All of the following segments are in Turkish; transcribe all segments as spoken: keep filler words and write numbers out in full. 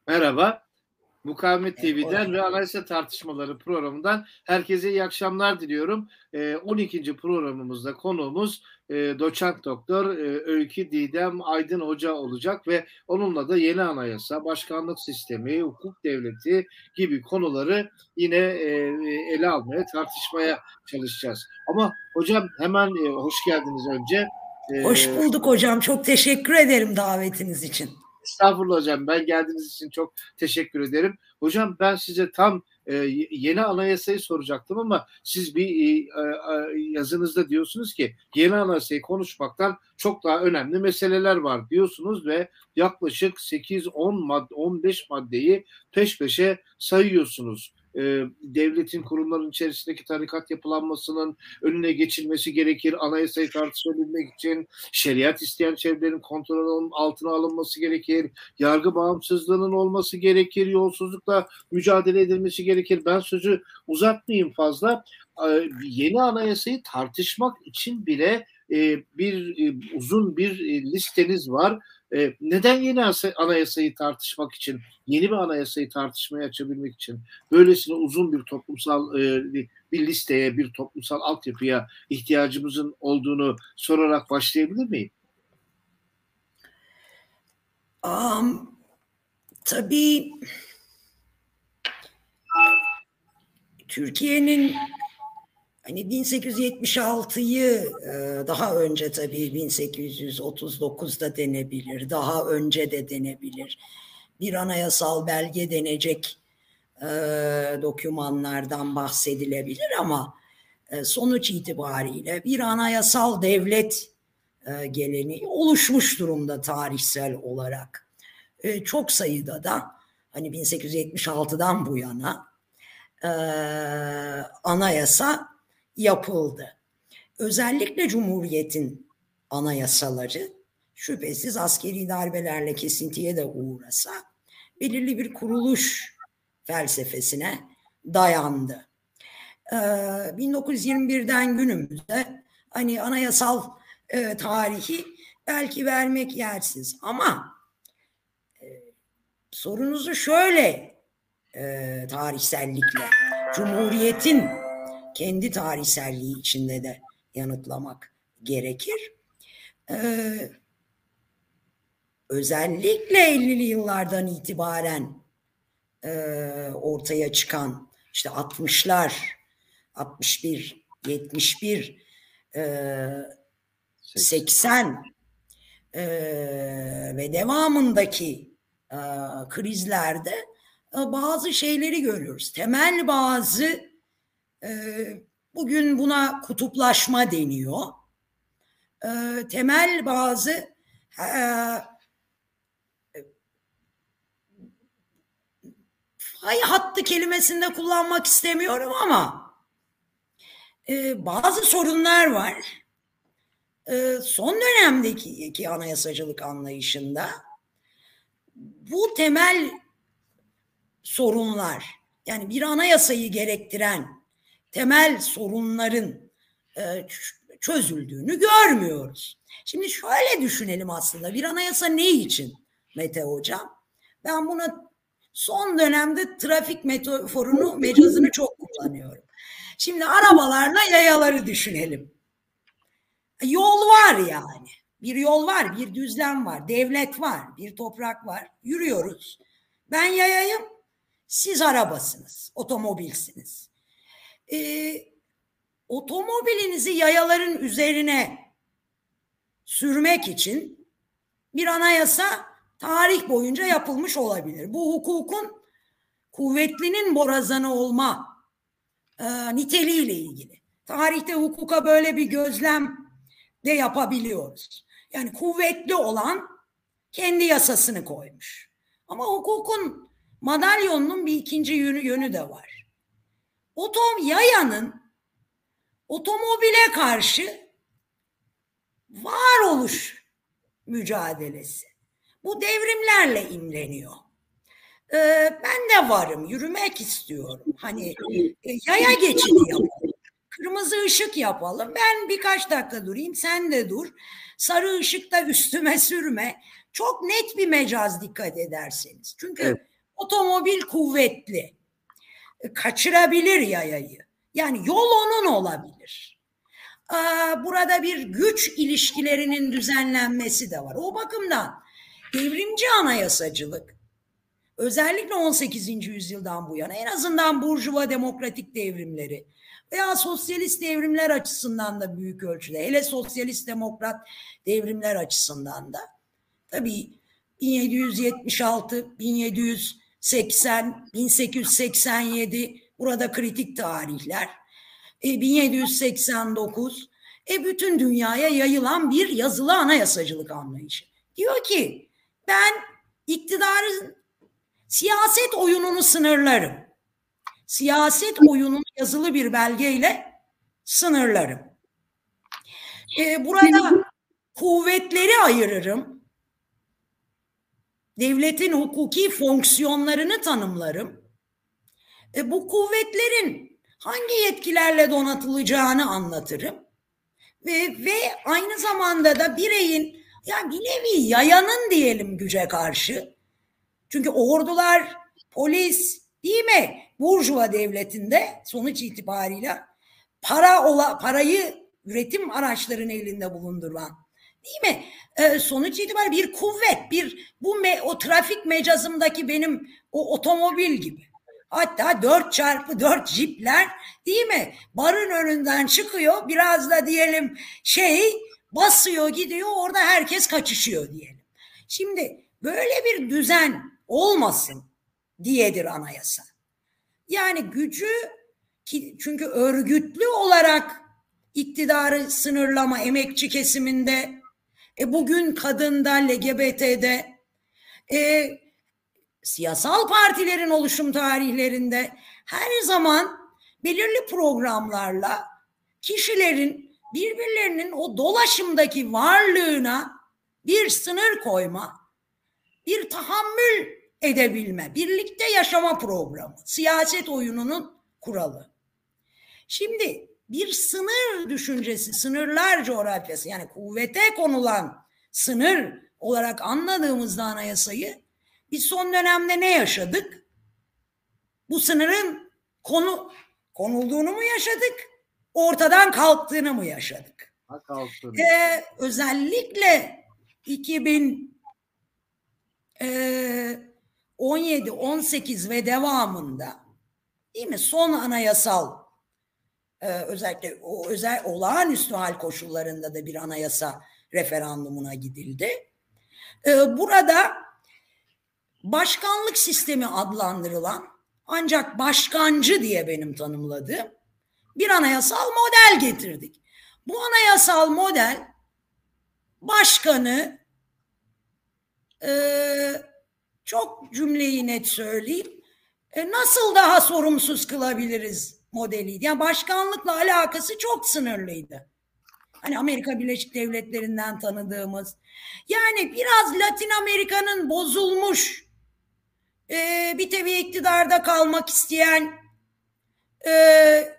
Merhaba. Mukavemet Evet, hoş T V'den ve Anayasa Tartışmaları programından herkese iyi akşamlar diliyorum. Ee, on ikinci programımızda konuğumuz e, Doçent Doktor e, Öykü Didem Aydın Hoca olacak ve onunla da yeni anayasa, başkanlık sistemi, hukuk devleti gibi konuları yine e, ele almaya, tartışmaya çalışacağız. Ama hocam hemen e, hoş geldiniz önce. hoş E, bulduk hocam. Çok teşekkür ederim davetiniz için. Estağfurullah hocam. Ben geldiğiniz için çok teşekkür ederim. Hocam ben size tam e, yeni anayasayı soracaktım ama siz bir e, e, yazınızda diyorsunuz ki yeni anayasayı konuşmaktan çok daha önemli meseleler var diyorsunuz ve yaklaşık sekiz on madde, on beş maddeyi peş peşe sayıyorsunuz. E, devletin kurumların içerisindeki tarikat yapılanmasının önüne geçilmesi gerekir. Anayasayı tartışabilmek için şeriat isteyen çevrelerin kontrol altına alınması gerekir. Yargı bağımsızlığının olması gerekir. Yolsuzlukla mücadele edilmesi gerekir. Ben sözü uzatmayayım fazla. Ee, yeni anayasayı tartışmak için bile e, bir e, uzun bir e, listeniz var. E, neden yeni anayasayı tartışmak için, yeni bir anayasayı tartışmaya açabilmek için böylesine uzun bir toplumsal e, bir listeye, bir toplumsal altyapıya ihtiyacımızın olduğunu sorarak başlayabilir miyim? Um, tabii Türkiye'nin hani bin sekiz yüz yetmiş altıyı daha önce tabii bin sekiz yüz otuz dokuzda denebilir, daha önce de denebilir. Bir anayasal belge denecek e, dokümanlardan bahsedilebilir ama e, sonuç itibariyle bir anayasal devlet e, geleneği oluşmuş durumda tarihsel olarak. E, çok sayıda da hani bin sekiz yüz yetmiş altıdan bu yana e, anayasa yapıldı. Özellikle Cumhuriyet'in anayasaları şüphesiz askeri darbelerle kesintiye de uğrasa belirli bir kuruluş felsefesine dayandı. Ee, bin dokuz yüz yirmi birden günümüzde hani anayasal e, tarihi belki vermek yersiz ama e, sorunuzu şöyle e, tarihsellikle Cumhuriyet'in kendi tarihselliği içinde de yanıtlamak gerekir. Ee, özellikle ellili yıllardan itibaren e, ortaya çıkan işte altmışlar, altmış bir, yetmiş bir, e, seksen e, ve devamındaki e, krizlerde e, bazı şeyleri görüyoruz. Temel bazı e, bugün buna kutuplaşma deniyor. E, temel bazı e, fay hattı kelimesini de kullanmak istemiyorum ama e, bazı sorunlar var. E, son dönemdeki iki anayasacılık anlayışında bu temel sorunlar, yani bir anayasayı gerektiren temel sorunların e, çözüldüğünü görmüyoruz. Şimdi şöyle düşünelim aslında, bir anayasa ne için Mete Hocam? Ben buna son dönemde trafik metaforunu, mecazını çok kullanıyorum. Şimdi arabalarla yayaları düşünelim. Yol var yani. Bir yol var, bir düzlem var, devlet var, bir toprak var. Yürüyoruz. Ben yayayım, siz arabasınız, otomobilsiniz. Ee, otomobilinizi yayaların üzerine sürmek için bir anayasa tarih boyunca yapılmış olabilir. Bu hukukun kuvvetlinin borazanı olma e, niteliğiyle ilgili. Tarihte hukuka böyle bir gözlem de yapabiliyoruz. Yani kuvvetli olan kendi yasasını koymuş. Ama hukukun madalyonunun bir ikinci yönü, yönü de var. Otom yayanın otomobile karşı varoluş mücadelesi. Bu devrimlerle imleniyor. Ee, ben de varım, yürümek istiyorum. Hani e, yaya geçidi yapalım. Kırmızı ışık yapalım. Ben birkaç dakika durayım, sen de dur. Sarı ışıkta üstüme sürme. Çok net bir mecaz, dikkat ederseniz. Çünkü Evet. Otomobil kuvvetli. Kaçırabilir yayayı. Yani yol onun olabilir. Burada bir güç ilişkilerinin düzenlenmesi de var. O bakımdan devrimci anayasacılık özellikle on sekizinci yüzyıldan bu yana en azından burjuva demokratik devrimleri veya sosyalist devrimler açısından da büyük ölçüde, hele sosyalist demokrat devrimler açısından da tabii bin yedi yüz yetmiş altı, bin yedi yüz seksen, bin sekiz yüz seksen yedi burada kritik tarihler, e, bin yedi yüz seksen dokuz e, bütün dünyaya yayılan bir yazılı anayasacılık anlayışı. Diyor ki ben iktidarın siyaset oyununu sınırlarım. Siyaset oyununu yazılı bir belgeyle sınırlarım. Ee, burada kuvvetleri ayırırım. Devletin hukuki fonksiyonlarını tanımlarım. E, bu kuvvetlerin hangi yetkilerle donatılacağını anlatırım. Ve, ve aynı zamanda da bireyin, yani bir nevi yayanın diyelim güce karşı. Çünkü ordular, polis, değil mi? Burjuva devletinde sonuç itibariyle para ola, parayı üretim araçlarının elinde bulunduran, değil mi? Ee, sonuç itibariyle bir kuvvet, bir bu me, o trafik mecazımdaki benim o otomobil gibi. Hatta dört çarpı dört jipler, değil mi? Barın önünden çıkıyor, biraz da diyelim şey basıyor gidiyor, orada herkes kaçışıyor diyelim. Şimdi böyle bir düzen olmasın diyedir anayasa. Yani gücü, çünkü örgütlü olarak iktidarı sınırlama emekçi kesiminde, e bugün kadında, L G B T'de, e, siyasal partilerin oluşum tarihlerinde her zaman belirli programlarla kişilerin birbirlerinin o dolaşımdaki varlığına bir sınır koyma, bir tahammül edebilme, birlikte yaşama programı, siyaset oyununun kuralı. Şimdi bir sınır düşüncesi, sınırlar coğrafyası, yani kuvvete konulan sınır olarak anladığımızda anayasayı biz son dönemde ne yaşadık? Bu sınırın konu konulduğunu mu yaşadık? Ortadan kalktığını mı yaşadık? Kalktığını. Ee, özellikle iki bin on yedi on sekiz ve devamında, değil mi? Son anayasal, e, özellikle o özel olağanüstü hal koşullarında da bir anayasa referandumuna gidildi. E, burada başkanlık sistemi adlandırılan, ancak başkancı diye benim tanımladığım bir anayasal model getirdik. Bu anayasal model başkanı, Ee, çok cümleyi net söyleyeyim, ee, nasıl daha sorumsuz kılabiliriz modeliydi. Yani başkanlıkla alakası çok sınırlıydı. Hani Amerika Birleşik Devletleri'nden tanıdığımız, yani biraz Latin Amerika'nın bozulmuş, e, bir tevi iktidarda kalmak isteyen, e,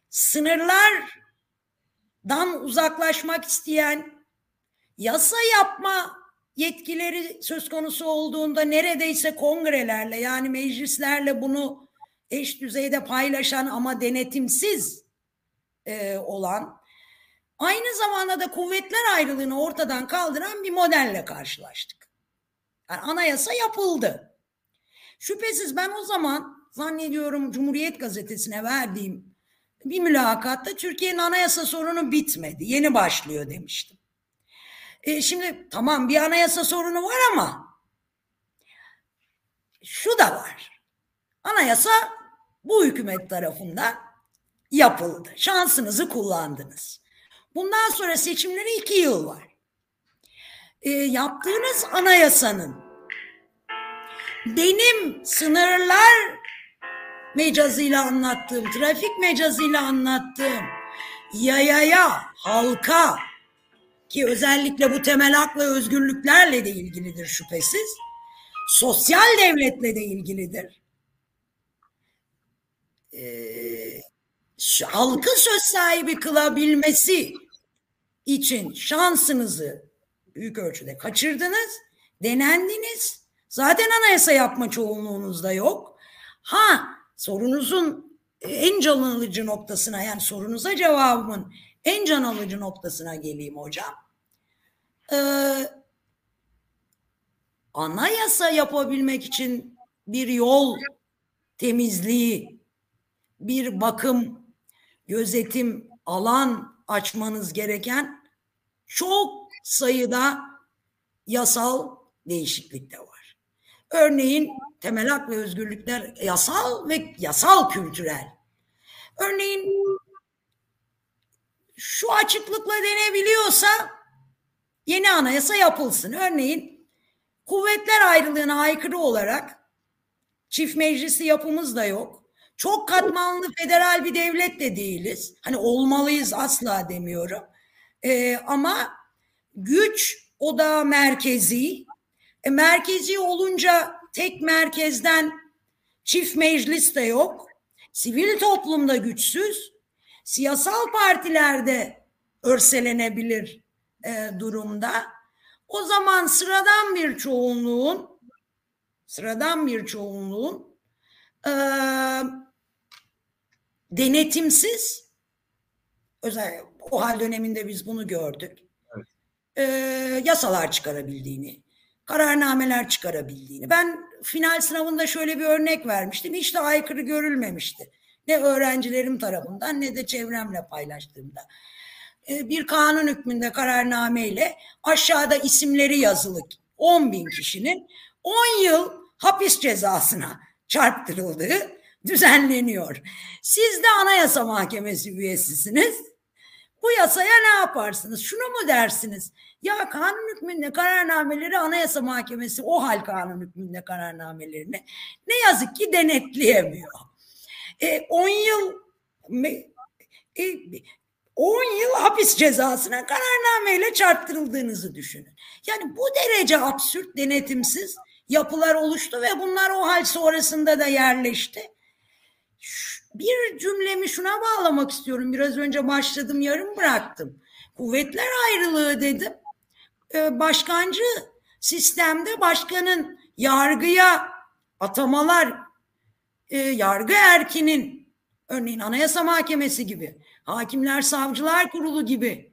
sınırlardan uzaklaşmak isteyen, yasa yapma yetkileri söz konusu olduğunda neredeyse kongrelerle, yani meclislerle bunu eş düzeyde paylaşan ama denetimsiz e, olan, aynı zamanda da kuvvetler ayrılığını ortadan kaldıran bir modelle karşılaştık. Yani anayasa yapıldı. Şüphesiz ben o zaman zannediyorum Cumhuriyet Gazetesi'ne verdiğim bir mülakatta Türkiye'nin anayasa sorunu bitmedi, yeni başlıyor demiştim. E şimdi tamam, bir anayasa sorunu var ama şu da var. Anayasa bu hükümet tarafından yapıldı. Şansınızı kullandınız. Bundan sonra seçimlere iki yıl var. E, yaptığınız anayasanın benim sınırlar mecazıyla anlattığım, trafik mecazıyla anlattığım yayaya, halka, ki özellikle bu temel hak ve özgürlüklerle de ilgilidir şüphesiz, sosyal devletle de ilgilidir. Ee, halkı söz sahibi kılabilmesi için şansınızı büyük ölçüde kaçırdınız, denendiniz, Zaten anayasa yapma çoğunluğunuzda yok. Ha, sorunuzun en can alıcı noktasına, yani sorunuza cevabımın en can alıcı noktasına geleyim hocam. Ee, anayasa yapabilmek için bir yol temizliği, bir bakım, gözetim, alan açmanız gereken çok sayıda yasal değişiklik de var. Örneğin temel hak ve özgürlükler yasal ve yasal kültürel. Örneğin şu açıklıkla denebiliyorsa yeni anayasa yapılsın. Örneğin kuvvetler ayrılığına aykırı olarak çift meclisli yapımız da yok. Çok katmanlı federal bir devlet de değiliz. Hani olmalıyız asla demiyorum. Ee, ama güç odağı merkezi. E, merkezi olunca tek merkezden çift meclis de yok. Sivil toplumda güçsüz. Siyasal partilerde örselenebilir e, durumda. O zaman sıradan bir çoğunluğun sıradan bir çoğunluğun e, denetimsiz, özellikle o hal döneminde biz bunu gördük. Evet. E, yasalar çıkarabildiğini, kararnameler çıkarabildiğini. Ben final sınavında şöyle bir örnek vermiştim. Hiç de aykırı görülmemişti. Ne öğrencilerim tarafından ne de çevremle paylaştığımda. E, bir kanun hükmünde kararnameyle aşağıda isimleri yazılı on bin kişinin on yıl hapis cezasına çarptırıldığı düzenleniyor. Siz de Anayasa Mahkemesi üyesisiniz. Bu yasaya ne yaparsınız? Şunu mu dersiniz? Ya kanun hükmünde kararnameleri Anayasa Mahkemesi o hal kanun hükmünde kararnamelerini ne yazık ki denetleyemiyor. E, on yıl e, on yıl hapis cezasına kararnameyle çarptırıldığınızı düşünün. Yani bu derece absürt, denetimsiz yapılar oluştu ve bunlar o hal sonrasında da yerleşti. Bir cümlemi şuna bağlamak istiyorum. Biraz önce başladım, yarım bıraktım. Kuvvetler ayrılığı dedim. Başkancı sistemde başkanın yargıya atamalar, yargı erkinin, örneğin Anayasa Mahkemesi gibi, Hakimler Savcılar Kurulu gibi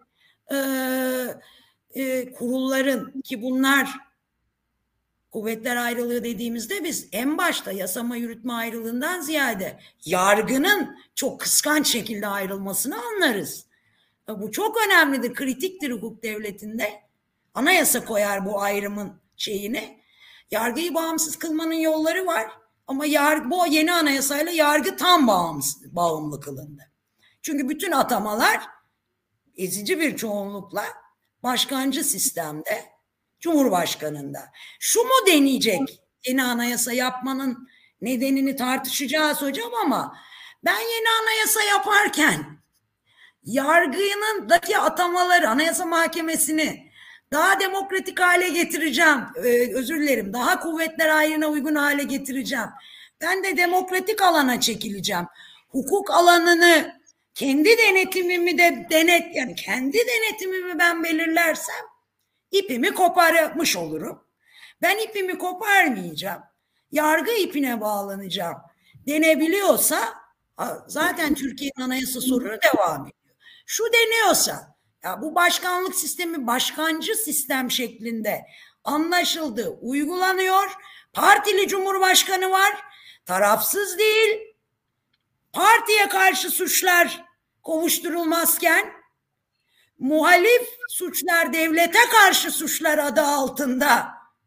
kurulların, ki bunlar kuvvetler ayrılığı dediğimizde biz en başta yasama yürütme ayrılığından ziyade yargının çok kıskanç şekilde ayrılmasını anlarız. Bu çok önemlidir, kritiktir hukuk devletinde. Anayasa koyar bu ayrımın şeyini. Yargıyı bağımsız kılmanın yolları var ama yargı, bu yeni anayasayla yargı tam bağımsız, bağımlı kılındı. Çünkü bütün atamalar ezici bir çoğunlukla başkancı sistemde, Cumhurbaşkanı'nda. Şu mu deneyecek yeni anayasa yapmanın nedenini tartışacağız hocam, ama ben yeni anayasa yaparken yargının daki atamaları, Anayasa Mahkemesi'ni daha demokratik hale getireceğim. Ee, özür dilerim. Daha kuvvetler ayrına uygun hale getireceğim. Ben de demokratik alana çekileceğim. Hukuk alanını kendi denetimimi de denet, yani kendi denetimimi ben belirlersem ipimi koparmış olurum. Ben ipimi koparmayacağım. Yargı ipine bağlanacağım denebiliyorsa zaten Türkiye'nin anayasa sorunu devam ediyor. Şu deniyorsa, ya bu başkanlık sistemi başkancı sistem şeklinde anlaşıldı, uygulanıyor. Partili cumhurbaşkanı var, tarafsız değil. Partiye karşı suçlar kovuşturulmazken muhalif suçlar devlete karşı suçlar adı altında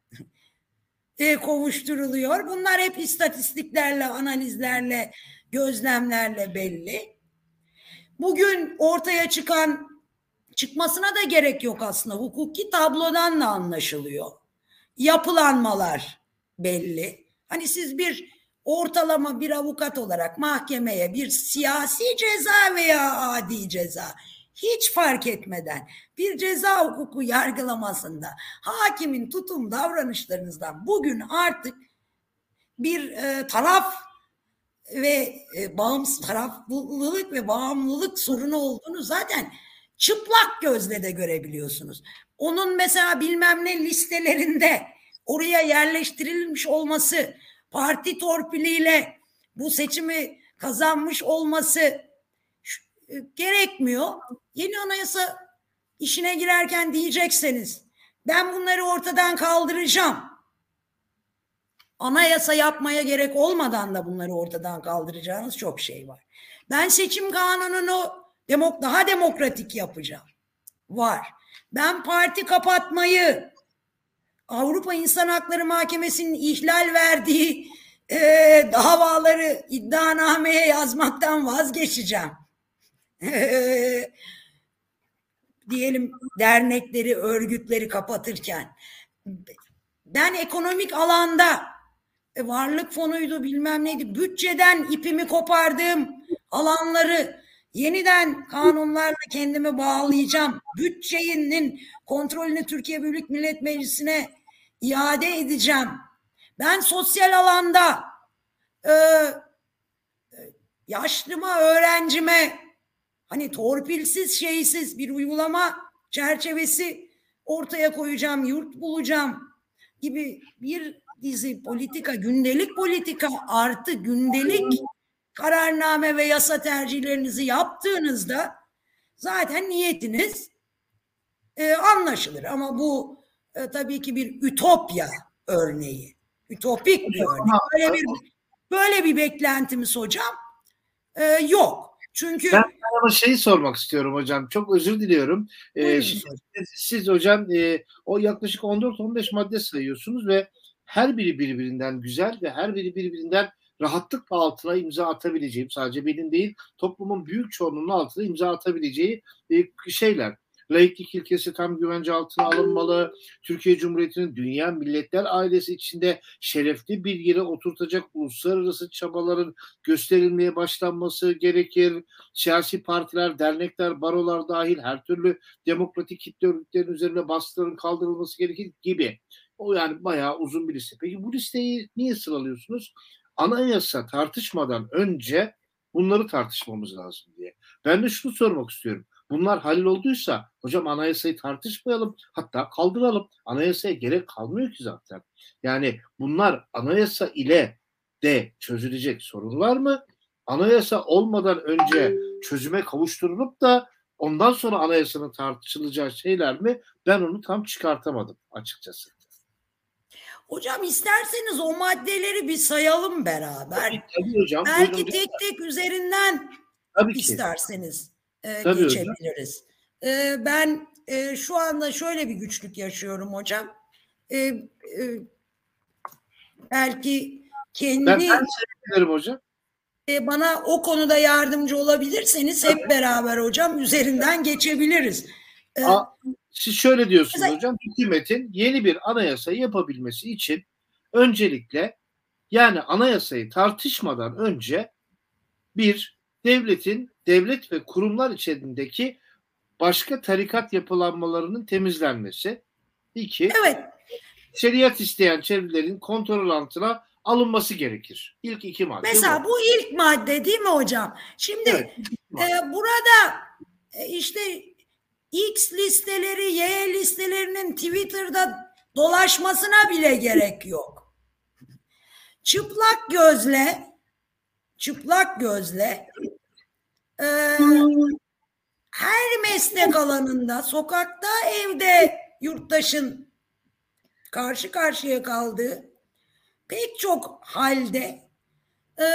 e, kovuşturuluyor. Bunlar hep istatistiklerle, analizlerle, gözlemlerle belli. Bugün ortaya çıkan, çıkmasına da gerek yok aslında, hukuki tablodan da anlaşılıyor. Yapılanmalar belli. Hani siz bir ortalama bir avukat olarak mahkemeye bir siyasi ceza veya adi ceza hiç fark etmeden bir ceza hukuku yargılamasında hakimin tutum davranışlarınızdan bugün artık bir e, taraf ve e, bağımsız taraflılık ve bağımlılık sorunu olduğunu zaten çıplak gözle de görebiliyorsunuz. Onun mesela bilmem ne listelerinde oraya yerleştirilmiş olması, parti torpiliyle bu seçimi kazanmış olması gerekmiyor. Yeni anayasa işine girerken diyecekseniz ben bunları ortadan kaldıracağım. Anayasa yapmaya gerek olmadan da bunları ortadan kaldıracağınız çok şey var. Ben seçim kanununu demok daha demokratik yapacağım. Var. Ben parti kapatmayı, Avrupa İnsan Hakları Mahkemesi'nin ihlal verdiği e, davaları iddianameye yazmaktan vazgeçeceğim. E, diyelim dernekleri, örgütleri kapatırken. Ben ekonomik alanda e, varlık fonuydu bilmem neydi, bütçeden ipimi kopardığım alanları yeniden kanunlarla kendimi bağlayacağım. Bütçenin kontrolünü Türkiye Büyük Millet Meclisi'ne iade edeceğim. Ben sosyal alanda e, yaşlıma, öğrencime hani torpilsiz, şeysiz bir uygulama çerçevesi ortaya koyacağım, yurt bulacağım gibi bir dizi politika, gündelik politika artı gündelik kararname ve yasa tercihlerinizi yaptığınızda zaten niyetiniz e, anlaşılır. Ama bu e, tabii ki bir ütopya örneği. Ütopik bir örnek. Böyle bir, böyle bir beklentimiz hocam e, yok. Çünkü ben ama şeyi sormak istiyorum hocam. Çok özür diliyorum. Ee, siz, siz hocam e, o yaklaşık on dört on beş madde sayıyorsunuz ve her biri birbirinden güzel ve her biri birbirinden rahatlıkla altına imza atabileceğim, sadece benim değil, toplumun büyük çoğunluğunun altına imza atabileceği e, şeyler. Laiklik ilkesi tam güvence altına alınmalı. Türkiye Cumhuriyeti'nin dünya milletler ailesi içinde şerefli bir yere oturtacak uluslararası çabaların gösterilmeye başlanması gerekir. Siyasi partiler, dernekler, barolar dahil her türlü demokratik kitle örgütlerinin üzerine baskıların kaldırılması gerekir gibi. O yani bayağı uzun bir liste. Peki bu listeyi niye sıralıyorsunuz? Anayasa tartışmadan önce bunları tartışmamız lazım diye. Ben de şunu sormak istiyorum. Bunlar hallolduysa hocam anayasayı tartışmayalım, hatta kaldıralım. Anayasaya gerek kalmıyor ki zaten. Yani bunlar anayasa ile de çözülecek sorunlar mı? Anayasa olmadan önce çözüme kavuşturulup da ondan sonra anayasanın tartışılacağı şeyler mi? Ben onu tam çıkartamadım açıkçası. Hocam isterseniz o maddeleri bir sayalım beraber. Tabii, tabii hocam. Belki Buyurun, tek tek üzerinden tabii ki isterseniz e, tabii geçebiliriz. E, ben e, şu anda şöyle bir güçlük yaşıyorum hocam. E, e, belki kendi ben, ben seviyorum hocam. E, bana o konuda yardımcı olabilirseniz tabii. Hep beraber hocam üzerinden geçebiliriz. E, A, siz şöyle diyorsunuz mesela, hocam, hükümetin yeni bir anayasa yapabilmesi için öncelikle yani anayasayı tartışmadan önce bir, devletin devlet ve kurumlar içerisindeki başka tarikat yapılanmalarının temizlenmesi. İki, evet. şeriat isteyen çevrelerin kontrol altına alınması gerekir. İlk iki madde. Mesela bu, bu ilk madde değil mi hocam? Şimdi evet, e, burada e, işte X listeleri, Y listelerinin Twitter'da dolaşmasına bile gerek yok. Çıplak gözle çıplak gözle e, her meslek alanında, sokakta, evde yurttaşın karşı karşıya kaldığı pek çok halde e,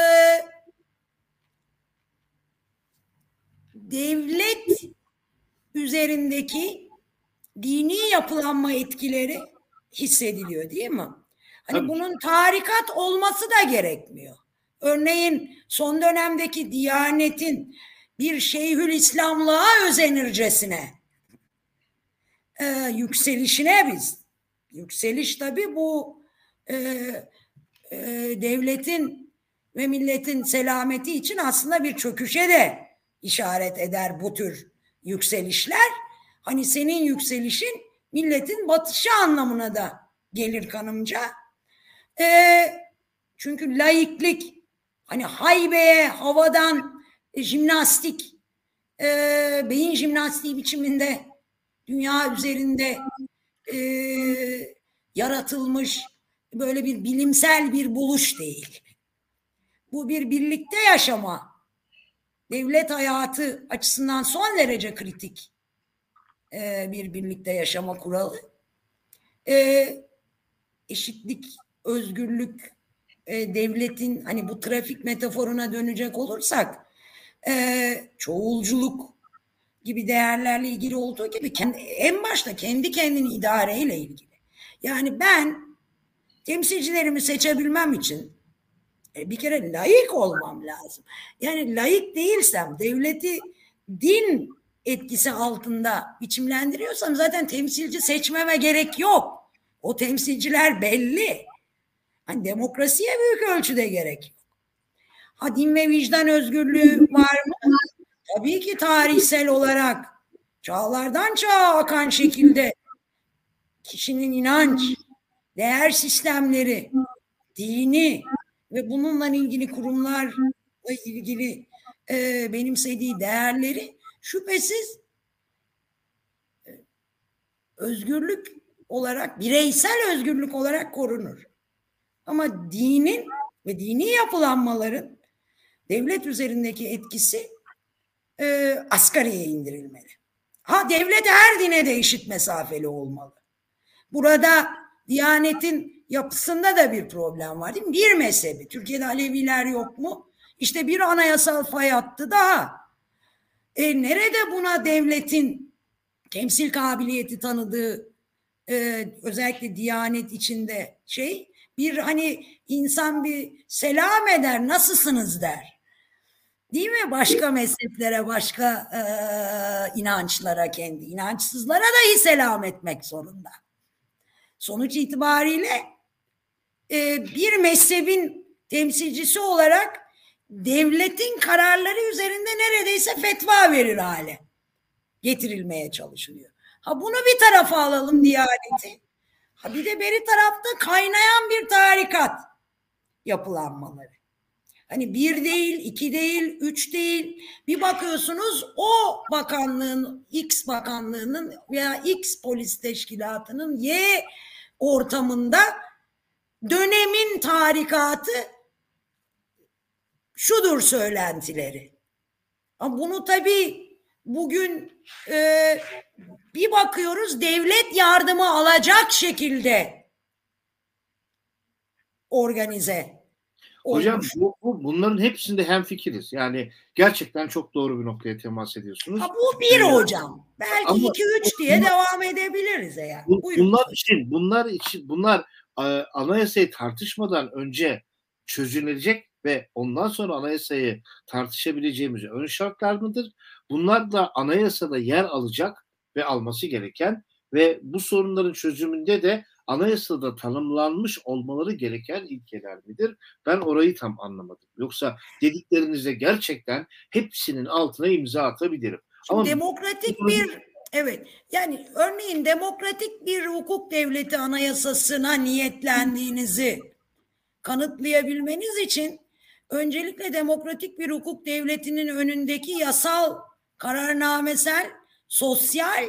devlet üzerindeki dini yapılanma etkileri hissediliyor değil mi? Hani tabii, bunun tarikat olması da gerekmiyor. Örneğin son dönemdeki Diyanet'in bir Şeyhülislamlığa özenircesine e, yükselişine biz, yükseliş tabii bu e, e, devletin ve milletin selameti için aslında bir çöküşe de işaret eder bu tür yükselişler. Hani senin yükselişin milletin batışı anlamına da gelir kanımca. E, çünkü laiklik hani haybeye havadan e, jimnastik e, beyin jimnastiği biçiminde dünya üzerinde e, yaratılmış böyle bir bilimsel bir buluş değil. Bu bir birlikte yaşama, devlet hayatı açısından son derece kritik bir birlikte yaşama kuralı. Eşitlik, özgürlük, devletin, hani bu trafik metaforuna dönecek olursak, çoğulculuk gibi değerlerle ilgili olduğu gibi kendi, en başta kendi kendini idareyle ilgili. Yani ben temsilcilerimi seçebilmem için bir kere laik olmam lazım. Yani laik değilsem, devleti din etkisi altında biçimlendiriyorsam zaten temsilci seçmeme gerek yok. O temsilciler belli. Hani demokrasiye büyük ölçüde gerek yok. Ha, din ve vicdan özgürlüğü var mı? Tabii ki tarihsel olarak çağlardan çağa akan şekilde kişinin inanç, değer sistemleri, dini ve bununla ilgili kurumlarla ilgili e, benimsediği değerleri şüphesiz e, özgürlük olarak, bireysel özgürlük olarak korunur. Ama dinin ve dini yapılanmaların devlet üzerindeki etkisi e, asgariye indirilmeli. Ha, devlet her dine de eşit mesafeli olmalı. Burada Diyanet'in yapısında da bir problem var değil mi? Bir mezhebi. Türkiye'de Aleviler yok mu? İşte bir anayasal fay hattı daha. E, nerede buna devletin temsil kabiliyeti tanıdığı, e, özellikle Diyanet içinde şey, bir hani insan bir selam eder, nasılsınız der. Değil mi? Başka mezheplere, başka e, inançlara, kendi inançsızlara dahi selam etmek zorunda. Sonuç itibariyle e, bir mezhebin temsilcisi olarak devletin kararları üzerinde neredeyse fetva verir hale getirilmeye çalışılıyor. Ha, bunu bir tarafa alalım, Diyaneti. Ha, bir de beri tarafta kaynayan bir tarikat yapılanmaları. Hani bir değil, iki değil, üç değil. Bir bakıyorsunuz o bakanlığın, X bakanlığının veya X polis teşkilatının Y ortamında dönemin tarikatı şudur söylentileri. Ama bunu tabii bugün e, bir bakıyoruz devlet yardımı alacak şekilde organize. Hocam bu, bu, bunların hepsinde hemfikiriz. Yani gerçekten çok doğru bir noktaya temas ediyorsunuz. Ha, bu bir yani, hocam. Belki ama iki üç diye bunlar, devam edebiliriz eğer. Bu, bunlar için, bunlar için, bunlar anayasayı tartışmadan önce çözülecek ve ondan sonra anayasayı tartışabileceğimiz ön şartlar mıdır? Bunlar da anayasada yer alacak ve alması gereken ve bu sorunların çözümünde de anayasada tanımlanmış olmaları gereken ilkeler midir? Ben orayı tam anlamadım. Yoksa dediklerinize gerçekten hepsinin altına imza atabilirim. Şimdi ama demokratik bir, evet, yani örneğin demokratik bir hukuk devleti anayasasına niyetlendiğinizi kanıtlayabilmeniz için öncelikle demokratik bir hukuk devletinin önündeki yasal, kararnamesel, sosyal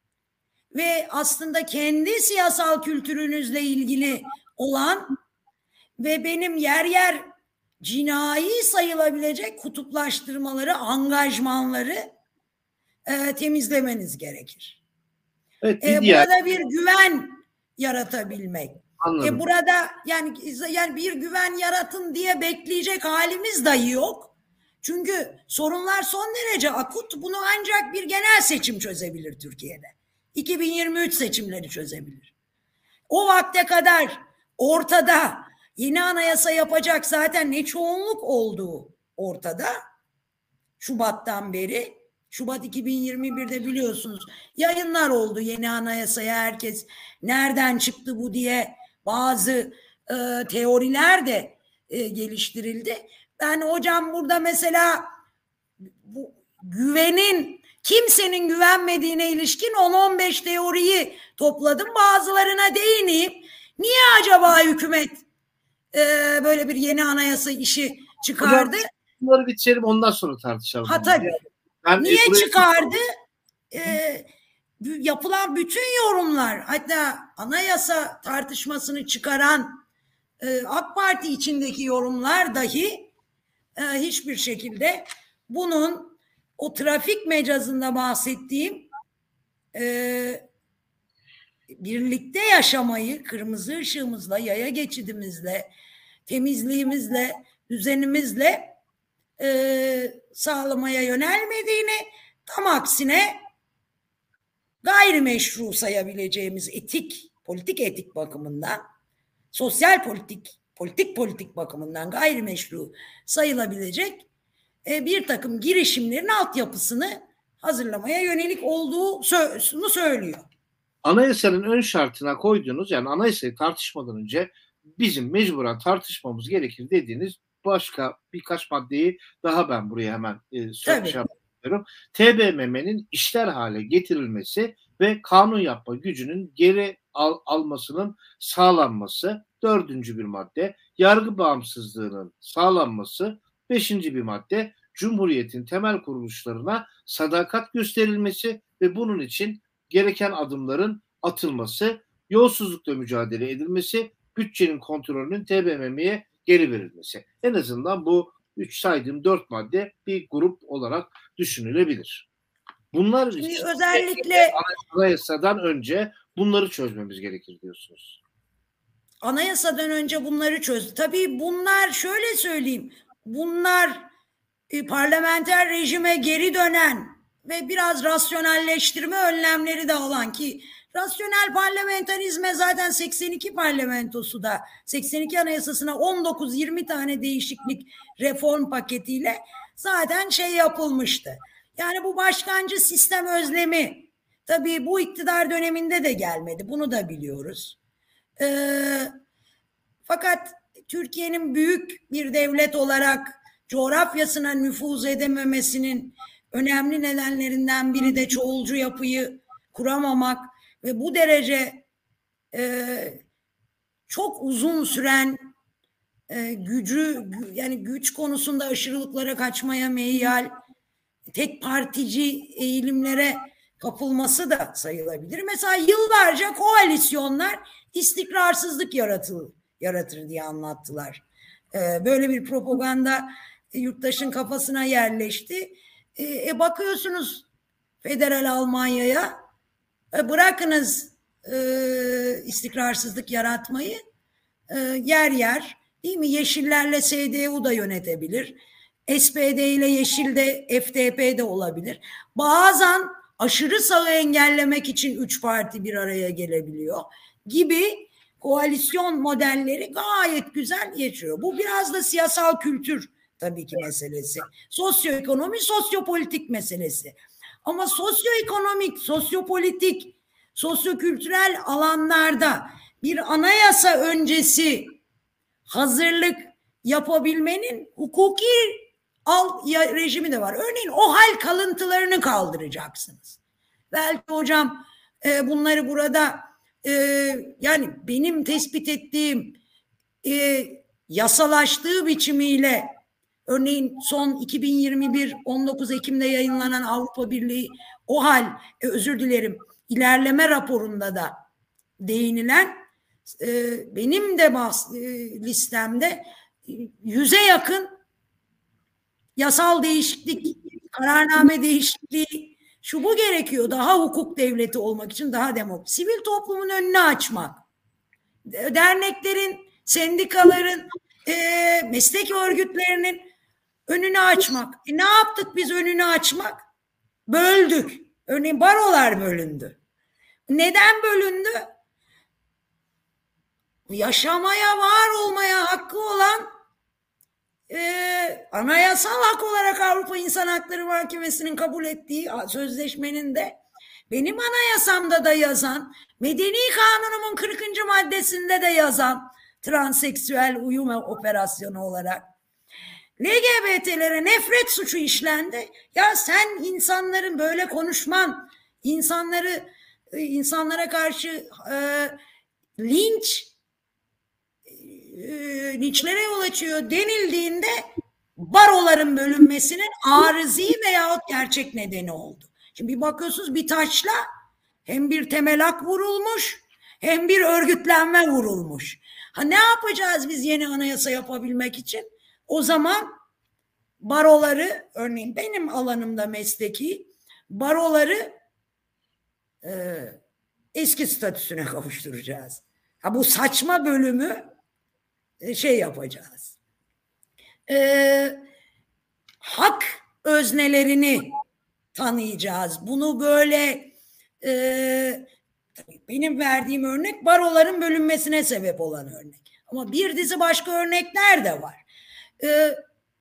ve aslında kendi siyasal kültürünüzle ilgili olan ve benim yer yer cinayi sayılabilecek kutuplaştırmaları, angajmanları e, temizlemeniz gerekir. Evet, e, burada bir güven yaratabilmek. Anladım. E, burada yani yani bir güven yaratın diye bekleyecek halimiz dahi yok. Çünkü sorunlar son derece akut. Bunu ancak bir genel seçim çözebilir Türkiye'de. iki bin yirmi üç seçimleri çözebilir. O vakte kadar ortada yeni anayasa yapacak zaten ne çoğunluk olduğu ortada. Şubat'tan beri, Şubat iki bin yirmi birde biliyorsunuz yayınlar oldu yeni anayasaya, herkes nereden çıktı bu diye bazı e, teoriler de e, geliştirildi. Ben hocam burada mesela bu güvenin, kimsenin güvenmediğine ilişkin on on beş teoriyi topladım. Bazılarına değineyim. Niye acaba hükümet e, böyle bir yeni anayasa işi çıkardı? Hocam, bunları bitirelim, ondan sonra tartışalım. Ha tabii. Ben Niye buraya... çıkardı? Ee, yapılan bütün yorumlar, hatta anayasa tartışmasını çıkaran e, AK Parti içindeki yorumlar dahi e, hiçbir şekilde bunun o trafik mecazında bahsettiğim e, birlikte yaşamayı kırmızı ışığımızla, yaya geçidimizle, temizliğimizle, düzenimizle e, sağlamaya yönelmediğini, tam aksine gayrimeşru sayabileceğimiz etik, politik etik bakımından, sosyal politik, politik politik bakımından gayrimeşru sayılabilecek e, bir takım girişimlerin altyapısını hazırlamaya yönelik olduğunu söylüyor. Anayasanın ön şartına koyduğunuz, yani anayasayı tartışmadan önce bizim mecburen tartışmamız gerekir dediğiniz başka birkaç maddeyi daha ben buraya hemen e, söyleyeceğim. T B M M'nin işler hale getirilmesi ve kanun yapma gücünün geri al, almasının sağlanması dördüncü bir madde. Yargı bağımsızlığının sağlanması beşinci bir madde. Cumhuriyetin temel kuruluşlarına sadakat gösterilmesi ve bunun için gereken adımların atılması, yolsuzlukla mücadele edilmesi, bütçenin kontrolünün T B M M'ye geri verilmesi. En azından bu üç saydığım dört madde bir grup olarak düşünülebilir. Bunlar için özellikle anayasadan önce bunları çözmemiz gerekir diyorsunuz. Anayasadan önce bunları çöz. Tabii bunlar, şöyle söyleyeyim, bunlar e, parlamenter rejime geri dönen ve biraz rasyonelleştirme önlemleri de alan, ki rasyonel parlamenterizme zaten seksen iki parlamentosu da seksen iki anayasasına on dokuz yirmi tane değişiklik reform paketiyle zaten şey yapılmıştı. Yani bu başkancı sistem özlemi tabii bu iktidar döneminde de gelmedi. Bunu da biliyoruz. Ee, fakat Türkiye'nin büyük bir devlet olarak coğrafyasına nüfuz edememesinin önemli nedenlerinden biri de çoğulcu yapıyı kuramamak ve bu derece e, çok uzun süren e, gücü, yani güç konusunda aşırılıklara kaçmaya meyyal, tek partici eğilimlere kapılması da sayılabilir. Mesela yıllarca koalisyonlar istikrarsızlık yaratır, yaratır diye anlattılar. Ee, böyle bir propaganda e, yurttaşın kafasına yerleşti. E, e, bakıyorsunuz federal Almanya'ya, e, bırakınız e, istikrarsızlık yaratmayı, e, yer yer, değil mi? Yeşillerle S D U da yönetebilir. S P D ile Yeşil de F D P de olabilir. Bazen aşırı sağı engellemek için üç parti bir araya gelebiliyor gibi koalisyon modelleri gayet güzel geçiyor. Bu biraz da siyasal kültür tabii ki meselesi. Sosyoekonomi, sosyopolitik meselesi. Ama sosyoekonomik, sosyopolitik, sosyokültürel alanlarda bir anayasa öncesi hazırlık yapabilmenin hukuki alt rejimi de var. Örneğin o hal kalıntılarını kaldıracaksınız. Belki hocam e, bunları burada e, yani benim tespit ettiğim e, yasalaştığı biçimiyle, örneğin son iki bin yirmi bir on dokuz Ekim'de yayınlanan Avrupa Birliği o hal e, özür dilerim ilerleme raporunda da değinilen e, benim de bahs- e, listemde yüze yakın yasal değişiklik, kararname değişikliği, şu bu gerekiyor. Daha hukuk devleti olmak için, daha demokrasi. Sivil toplumun önünü açmak. Derneklerin, sendikaların, e, meslek örgütlerinin önünü açmak. E, ne yaptık biz önünü açmak? Böldük. Örneğin barolar bölündü. Neden bölündü? Yaşamaya, var olmaya hakkı olan Ee, anayasal hak olarak Avrupa İnsan Hakları Mahkemesi'nin kabul ettiği sözleşmenin de benim anayasamda da yazan, Medeni Kanunumun kırkıncı maddesinde de yazan transseksüel uyum operasyonu olarak L G B T'lere nefret suçu işlendi. Ya sen insanların böyle konuşman, insanları insanlara karşı e, linç linçlere yol açıyor denildiğinde baroların bölünmesinin arızi veyahut gerçek nedeni oldu. Şimdi bir bakıyorsunuz bir taşla hem bir temel hak vurulmuş, hem bir örgütlenme vurulmuş. Ha, ne yapacağız biz yeni anayasa yapabilmek için? O zaman baroları, örneğin benim alanımda mesleki, baroları e, eski statüsüne kavuşturacağız. Ha, bu saçma bölümü e, şey yapacağız. E, hak öznelerini tanıyacağız. Bunu böyle e, benim verdiğim örnek baroların bölünmesine sebep olan örnek. Ama bir dizi başka örnekler de var. E,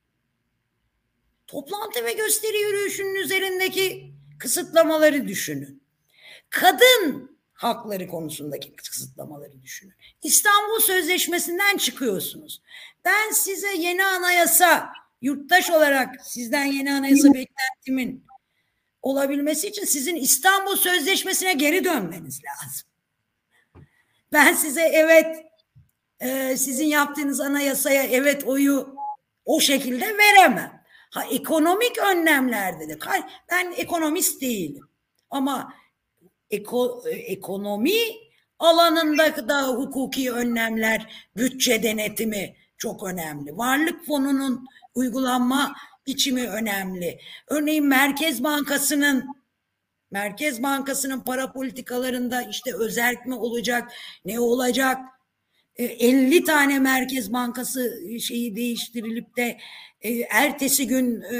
toplantı ve gösteri yürüyüşünün üzerindeki kısıtlamaları düşünün. Kadın hakları konusundaki kısıtlamaları düşünün. İstanbul Sözleşmesi'nden çıkıyorsunuz. Ben size yeni anayasa, yurttaş olarak sizden yeni anayasa beklentimin olabilmesi için sizin İstanbul Sözleşmesi'ne geri dönmeniz lazım. Ben size evet, e, sizin yaptığınız anayasaya evet oyu o şekilde veremem. Ha, ekonomik önlemlerde de, ben ekonomist değilim ama eko, ekonomi alanında da hukuki önlemler, bütçe denetimi çok önemli. Varlık fonunun uygulanma biçimi önemli. Örneğin Merkez Bankası'nın Merkez Bankası'nın para politikalarında işte özerk mi olacak, ne olacak? elli tane Merkez Bankası şeyi değiştirilip de e, ertesi gün e,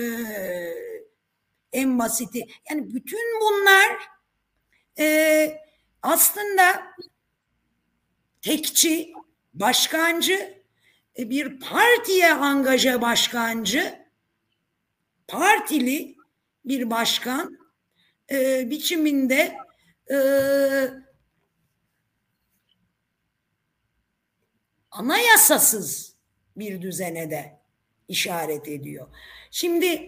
en basiti. Yani bütün bunlar e, aslında tekçi, başkancı, e, bir partiye angaja başkancı, partili bir başkan e, biçiminde e, anayasasız bir düzene de işaret ediyor. Şimdi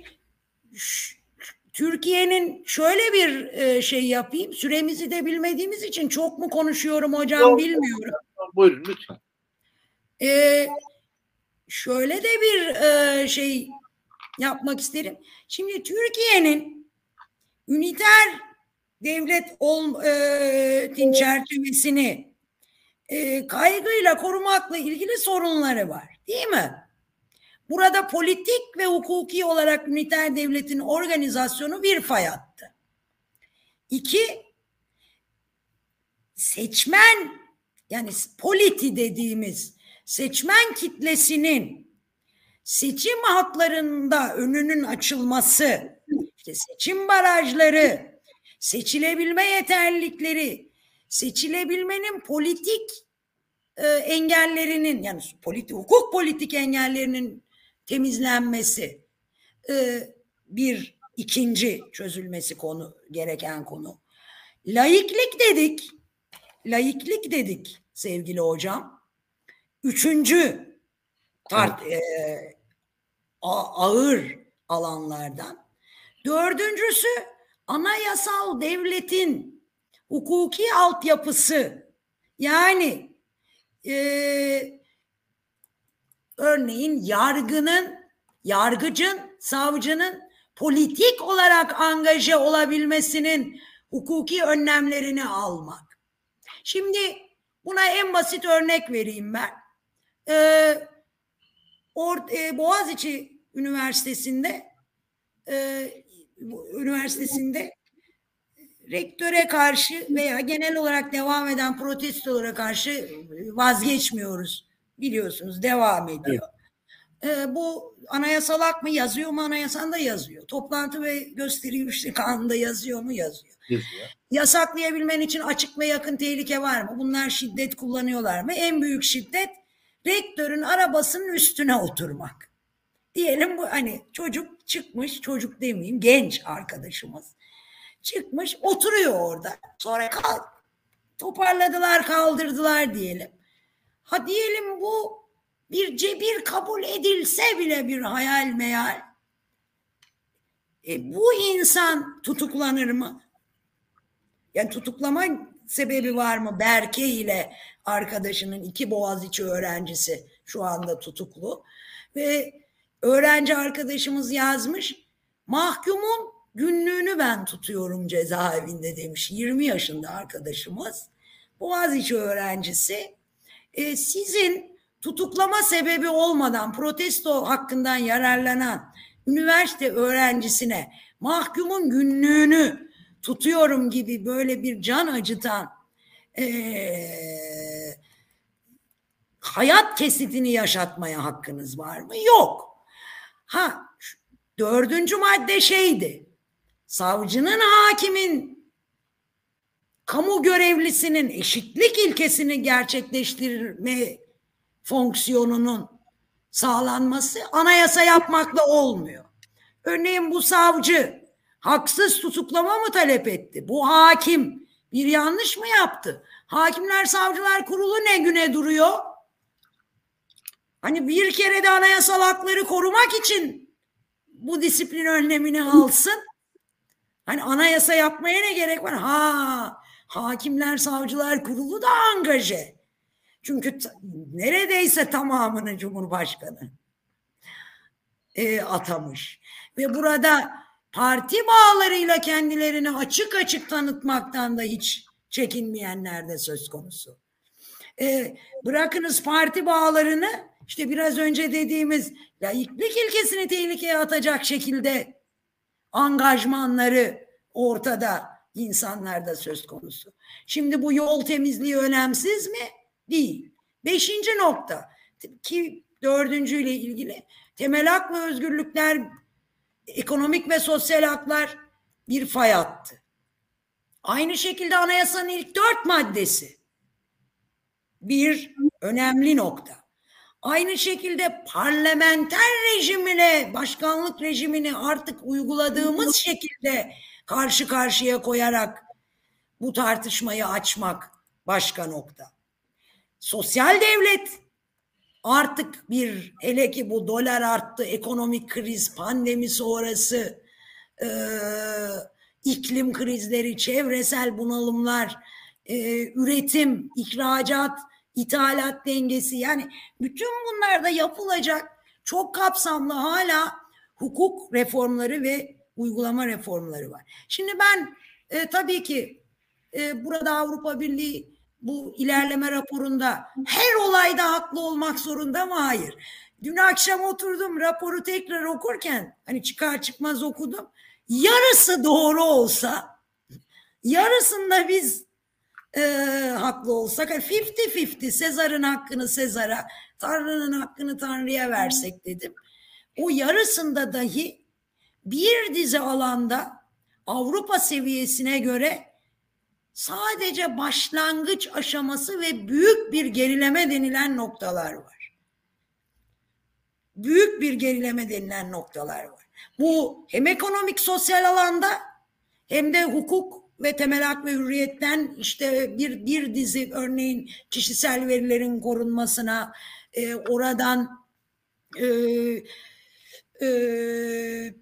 Türkiye'nin şöyle bir e, şey yapayım, süremizi de bilmediğimiz için çok mu konuşuyorum hocam Yok, bilmiyorum. Buyurun lütfen. E, şöyle de bir e, şey yapmak isterim. Şimdi Türkiye'nin üniter devlet ol, e, çerçevesini e, kaygıyla korumakla ilgili sorunları var, değil mi? Burada politik ve hukuki olarak üniter devletin organizasyonu bir fay attı. İki, seçmen, yani politi dediğimiz seçmen kitlesinin seçim haklarında önünün açılması, işte seçim barajları, seçilebilme yeterlilikleri, seçilebilmenin politik e, engellerinin, yani politik, hukuk politik engellerinin temizlenmesi e, bir ikinci çözülmesi konu, gereken konu. Laiklik dedik, laiklik dedik sevgili hocam. Üçüncü tart, e, ağır alanlardan. Dördüncüsü anayasal devletin hukuki altyapısı. Yani e, örneğin yargının, yargıcın, savcının politik olarak angaje olabilmesinin hukuki önlemlerini almak. Şimdi buna en basit örnek vereyim ben. Ee, Or, e, Boğaziçi Üniversitesi'nde e, üniversitesinde rektöre karşı veya genel olarak devam eden protestolara karşı vazgeçmiyoruz. Biliyorsunuz devam ediyor. Evet. E, bu anayasal hak mı yazıyor mu? Anayasanda yazıyor. Toplantı ve gösteri yürüyüşü kanunda yazıyor mu? Yazıyor. Yazıyor. Yasaklayabilmen için açık ve yakın tehlike var mı? Bunlar şiddet kullanıyorlar mı? En büyük şiddet rektörün arabasının üstüne oturmak. Diyelim bu, hani çocuk çıkmış, çocuk demeyeyim, genç arkadaşımız çıkmış, oturuyor orada. Sonra kal, toparladılar, kaldırdılar diyelim. Ha diyelim bu bir cebir kabul edilse bile bir hayal meyal. E, bu insan tutuklanır mı? Yani tutuklama sebebi var mı? Berke ile arkadaşının, iki Boğaziçi öğrencisi şu anda tutuklu. Ve öğrenci arkadaşımız yazmış, mahkumun günlüğünü ben tutuyorum cezaevinde demiş yirmi yaşında arkadaşımız. Boğaziçi öğrencisi. E, sizin tutuklama sebebi olmadan protesto hakkından yararlanan üniversite öğrencisine mahkumun günlüğünü tutuyorum gibi böyle bir can acıtan e, hayat kesitini yaşatmaya hakkınız var mı? Yok. Ha, dördüncü madde şeydi. Savcının, hakimin, kamu görevlisinin eşitlik ilkesini gerçekleştirme fonksiyonunun sağlanması anayasa yapmakla olmuyor. Örneğin bu savcı haksız tutuklama mı talep etti? Bu hakim bir yanlış mı yaptı? Hakimler Savcılar Kurulu ne güne duruyor? Hani bir kere de anayasal hakları korumak için bu disiplin önlemini alsın. Hani anayasa yapmaya ne gerek var? Ha, Hakimler Savcılar Kurulu da angaje. Çünkü neredeyse tamamını Cumhurbaşkanı e, atamış. Ve burada parti bağlarıyla kendilerini açık açık tanıtmaktan da hiç çekinmeyenler de söz konusu. E, bırakınız parti bağlarını, işte biraz önce dediğimiz laiklik ilkesini tehlikeye atacak şekilde angajmanları ortada insanlarda söz konusu. Şimdi bu yol temizliği önemsiz mi? Değil. Beşinci nokta ki dördüncüyle ilgili temel hak ve özgürlükler, ekonomik ve sosyal haklar bir fay hattı. Aynı şekilde anayasanın ilk dört maddesi bir önemli nokta. Aynı şekilde parlamenter rejimine, başkanlık rejimini artık uyguladığımız şekilde karşı karşıya koyarak bu tartışmayı açmak başka nokta. Sosyal devlet artık bir, hele ki bu dolar arttı, ekonomik kriz, pandemi sonrası, e, iklim krizleri, çevresel bunalımlar, e, üretim, ihracat, ithalat dengesi, yani bütün bunlarda yapılacak çok kapsamlı hala hukuk reformları ve uygulama reformları var. Şimdi ben e, tabii ki e, burada Avrupa Birliği bu ilerleme raporunda her olayda haklı olmak zorunda mı? Hayır. Dün akşam oturdum raporu tekrar okurken, hani çıkar çıkmaz okudum. Yarısı doğru olsa, yarısında biz e, haklı olsak, elli elli Sezar'ın hakkını Sezar'a, Tanrı'nın hakkını Tanrı'ya versek dedim. O yarısında dahi bir dizi alanda Avrupa seviyesine göre sadece başlangıç aşaması ve büyük bir gerileme denilen noktalar var. Büyük bir gerileme denilen noktalar var. Bu hem ekonomik sosyal alanda hem de hukuk ve temel hak ve hürriyetten işte bir, bir dizi örneğin kişisel verilerin korunmasına, e, oradan e, e,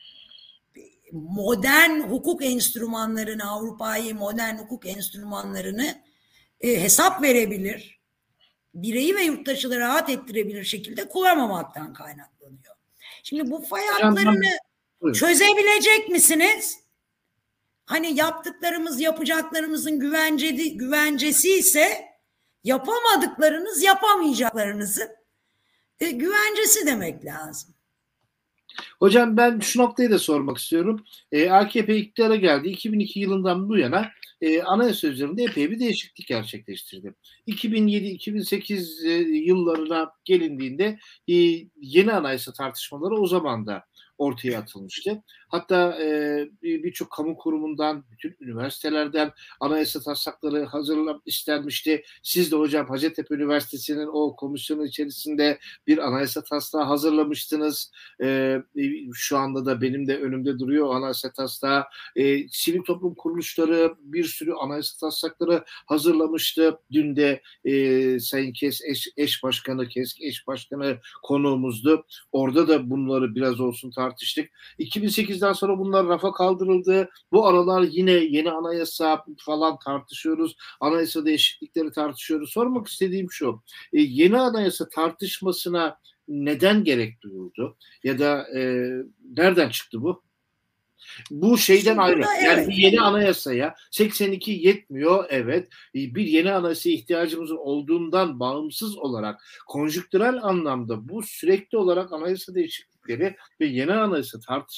modern hukuk enstrümanlarını, Avrupa'yı modern hukuk enstrümanlarını e, hesap verebilir, bireyi ve yurttaşları rahat ettirebilir şekilde kullanmamaktan kaynaklanıyor. Şimdi bu fay hatlarını çözebilecek misiniz? Hani yaptıklarımız yapacaklarımızın güvenceli, güvencesi ise yapamadıklarınız yapamayacaklarınızın e, güvencesi demek lazım. Hocam ben şu noktayı da sormak istiyorum. E, A K P iktidara geldi. iki bin iki yılından bu yana e, anayasa üzerinde epey bir değişiklik gerçekleştirdi. iki bin yedi iki bin sekiz e, yıllarına gelindiğinde e, yeni anayasa tartışmaları o zaman da ortaya atılmıştı. Hatta e, birçok kamu kurumundan, bütün üniversitelerden anayasa taslakları hazırlanmak istenmişti. Siz de hocam Hacettepe Üniversitesi'nin o komisyonu içerisinde bir anayasa taslağı hazırlamıştınız. E, şu anda da benim de önümde duruyor o anayasa taslağı. E, sivil toplum kuruluşları bir sürü anayasa taslakları hazırlamıştı. Dün de e, Sayın Kes eş, eş başkanı, Kesk eş başkanı konuğumuzdu. Orada da bunları biraz olsun tartıştık. iki bin sekizden sonra bunlar rafa kaldırıldı. Bu aralar yine yeni anayasa falan tartışıyoruz. Anayasa değişiklikleri tartışıyoruz. Sormak istediğim şu. E, yeni anayasa tartışmasına neden gerek duyuldu? Ya da e, nereden çıktı bu? Bu şeyden Şimdi ayrı. burada, Yani evet. bir yeni anayasaya seksen iki yetmiyor, evet. Bir yeni anayasaya ihtiyacımızın olduğundan bağımsız olarak konjüktürel anlamda bu sürekli olarak anayasa değişiklikleri ve yeni anayasa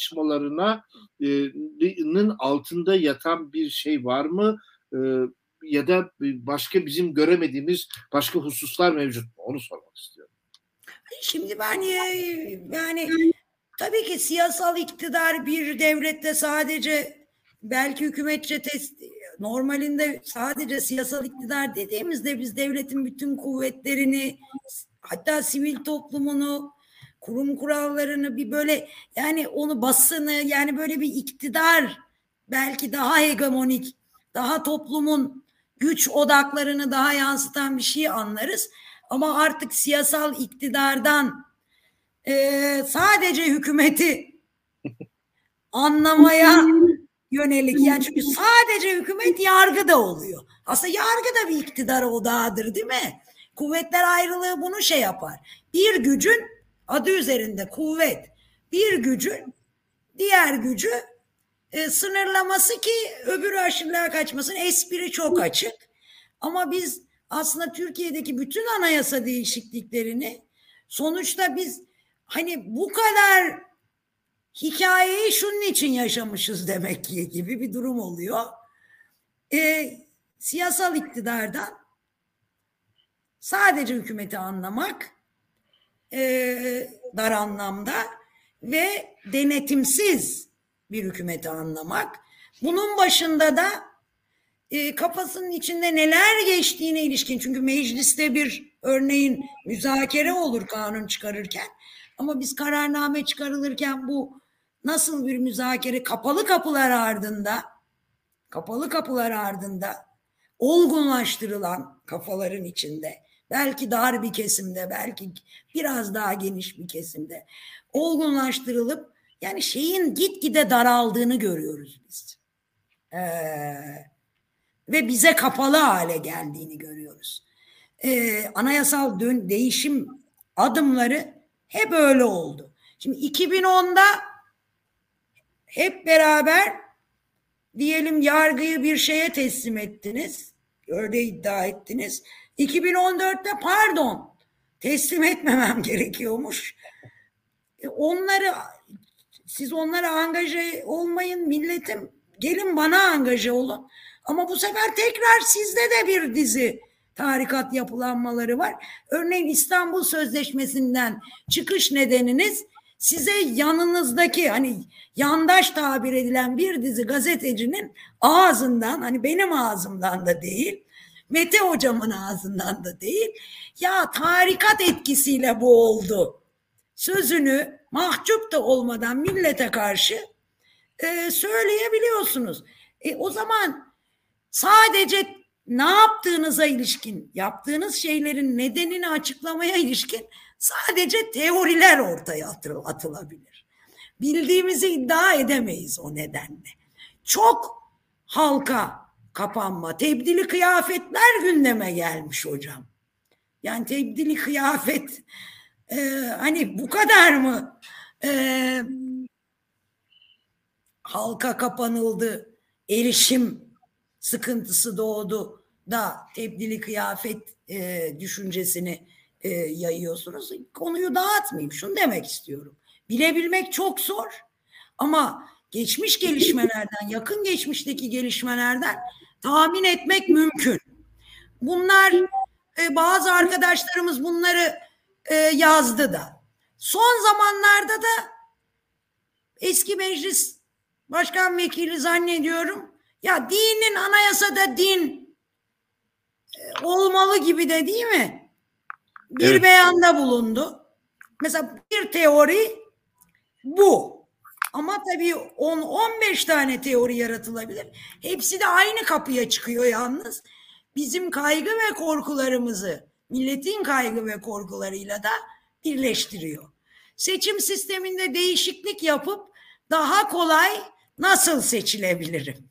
tartışmalarının altında yatan bir şey var mı? E, ya da başka bizim göremediğimiz başka hususlar mevcut mu? Onu sormak istiyorum. Şimdi ben yani tabii ki siyasal iktidar bir devlette sadece belki hükümetçe test, normalinde sadece siyasal iktidar dediğimizde biz devletin bütün kuvvetlerini, hatta sivil toplumunu, kurum kurallarını bir böyle, yani onu, basını, yani böyle bir iktidar, belki daha hegemonik, daha toplumun güç odaklarını daha yansıtan bir şey anlarız. Ama artık siyasal iktidardan e, sadece hükümeti anlamaya yönelik, yani çünkü sadece hükümet yargı da oluyor. Aslında yargı da bir iktidar odağıdır, değil mi? Kuvvetler ayrılığı bunu şey yapar. Bir gücün adı üzerinde kuvvet, bir gücün diğer gücü e, sınırlaması ki öbürü aşırılığa kaçmasın. Espri çok açık. Ama biz aslında Türkiye'deki bütün anayasa değişikliklerini sonuçta biz hani bu kadar hikayeyi şunun için yaşamışız demek ki gibi bir durum oluyor. E, siyasal iktidardan sadece hükümeti anlamak e, dar anlamda ve denetimsiz bir hükümeti anlamak. Bunun başında da e, kafasının içinde neler geçtiğine ilişkin, çünkü mecliste bir örneğin müzakere olur kanun çıkarırken, ama biz kararname çıkarılırken bu nasıl bir müzakere, kapalı kapılar ardında kapalı kapılar ardında olgunlaştırılan kafaların içinde, belki dar bir kesimde, belki biraz daha geniş bir kesimde olgunlaştırılıp, yani şeyin gitgide daraldığını görüyoruz biz. Ee, ve bize kapalı hale geldiğini görüyoruz. Ee, anayasal dön değişim adımları hep öyle oldu. Şimdi iki bin onda hep beraber diyelim yargıyı bir şeye teslim ettiniz. Öyle iddia ettiniz. iki bin on dörtte pardon teslim etmemem gerekiyormuş. E onları siz onlara angaje olmayın milletim. Gelin bana angaje olun. Ama bu sefer tekrar sizde de bir dizi tarikat yapılanmaları var. Örneğin İstanbul Sözleşmesi'nden çıkış nedeniniz size yanınızdaki, hani yandaş tabir edilen bir dizi gazetecinin ağzından, hani benim ağzımdan da değil, Mete hocamın ağzından da değil, ya tarikat etkisiyle bu oldu sözünü mahcup da olmadan millete karşı e, söyleyebiliyorsunuz. E, o zaman sadece ne yaptığınıza ilişkin, yaptığınız şeylerin nedenini açıklamaya ilişkin sadece teoriler ortaya atılabilir. Bildiğimizi iddia edemeyiz o nedenle. Çok halka kapanma, tebdili kıyafetler gündeme gelmiş hocam. Yani tebdili kıyafet e, hani bu kadar mı e, halka kapanıldı, erişim sıkıntısı doğdu da tebdili kıyafet e, düşüncesini e, yayıyorsunuz. Konuyu dağıtmayayım. Şunu demek istiyorum. Bilebilmek çok zor ama geçmiş gelişmelerden, yakın geçmişteki gelişmelerden tahmin etmek mümkün. Bunlar e, bazı arkadaşlarımız bunları e, yazdı da. Son zamanlarda da eski meclis başkan vekili zannediyorum, ya dinin anayasada din e, olmalı gibi de, değil mi? Bir evet. beyanda bulundu. Mesela bir teori bu. Ama tabii on on beş tane teori yaratılabilir. Hepsi de aynı kapıya çıkıyor yalnız. Bizim kaygı ve korkularımızı, milletin kaygı ve korkularıyla da birleştiriyor. Seçim sisteminde değişiklik yapıp daha kolay nasıl seçilebilirim?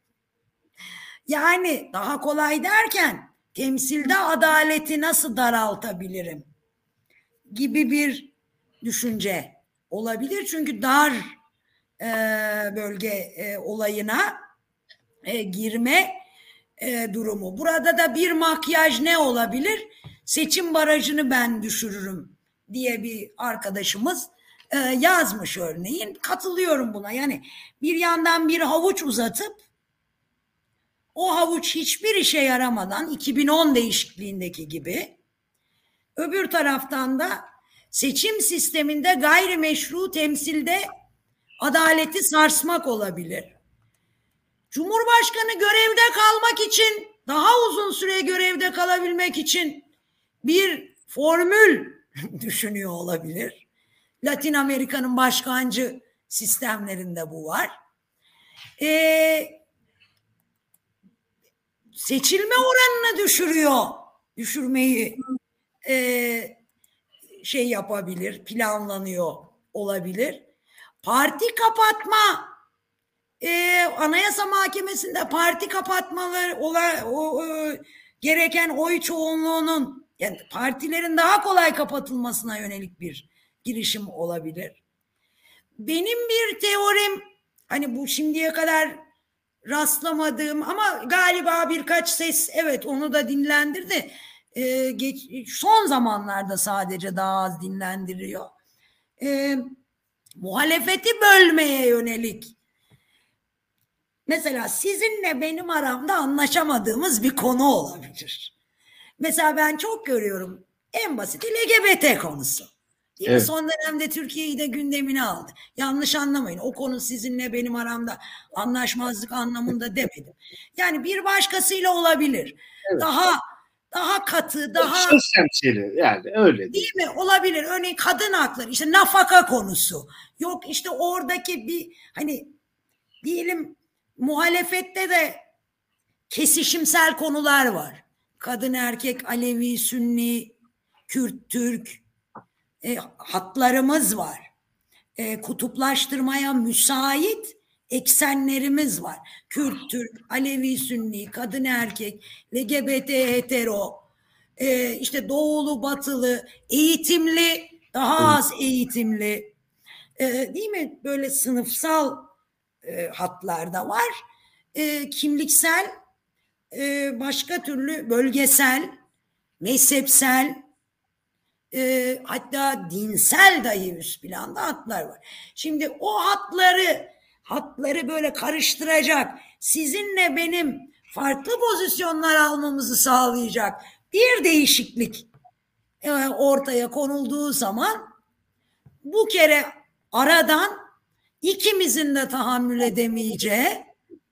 Yani daha kolay derken temsilde adaleti nasıl daraltabilirim gibi bir düşünce olabilir. Çünkü dar e, bölge e, olayına e, girme e, durumu. Burada da bir makyaj ne olabilir? Seçim barajını ben düşürürüm diye bir arkadaşımız e, yazmış örneğin. Katılıyorum buna. Yani bir yandan bir havuç uzatıp o havuç hiçbir işe yaramadan iki bin on değişikliğindeki gibi, öbür taraftan da seçim sisteminde gayrimeşru temsilde adaleti sarsmak olabilir. Cumhurbaşkanı görevde kalmak için, daha uzun süre görevde kalabilmek için bir formül düşünüyor olabilir. Latin Amerika'nın başkancı sistemlerinde bu var. Ee, seçilme oranını düşürüyor. Düşürmeyi e, şey yapabilir, planlanıyor olabilir. Parti kapatma, e, Anayasa Mahkemesi'nde parti kapatmaları ola, o, e, gereken oy çoğunluğunun, yani partilerin daha kolay kapatılmasına yönelik bir girişim olabilir. Benim bir teorim, hani bu şimdiye kadar rastlamadığım ama galiba birkaç ses evet onu da dinlendirdi. Ee, geç, son zamanlarda sadece daha az dinlendiriyor. Ee, muhalefeti bölmeye yönelik. Mesela sizinle benim aramda anlaşamadığımız bir konu olabilir. Mesela ben çok görüyorum, en basit L G B T konusu. Değil evet. mi? Son dönemde Türkiye'yi de gündemine aldı. Yanlış anlamayın. O konu sizinle benim aramda anlaşmazlık anlamında demedim. Yani bir başkasıyla olabilir. Evet. Daha daha katı, daha söz temsili yani öyle değil mi? Olabilir. Örneğin kadın hakları, işte nafaka konusu. Yok işte oradaki bir hani diyelim muhalefette de kesişimsel konular var. Kadın, erkek, Alevi, Sünni, Kürt, Türk e, hatlarımız var. E, kutuplaştırmaya müsait eksenlerimiz var. Kürt, Türk, Alevi, Sünni, kadın, erkek, L G B T, hetero, e, işte doğulu, batılı, eğitimli, daha az eğitimli, e, değil mi? Böyle sınıfsal e, hatlar da var. E, kimliksel, e, başka türlü bölgesel, mezhepsel, E, hatta dinsel dahi üst planda hatlar var. Şimdi o hatları hatları böyle karıştıracak, sizinle benim farklı pozisyonlar almamızı sağlayacak bir değişiklik e, ortaya konulduğu zaman bu kere aradan ikimizin de tahammül edemeyeceği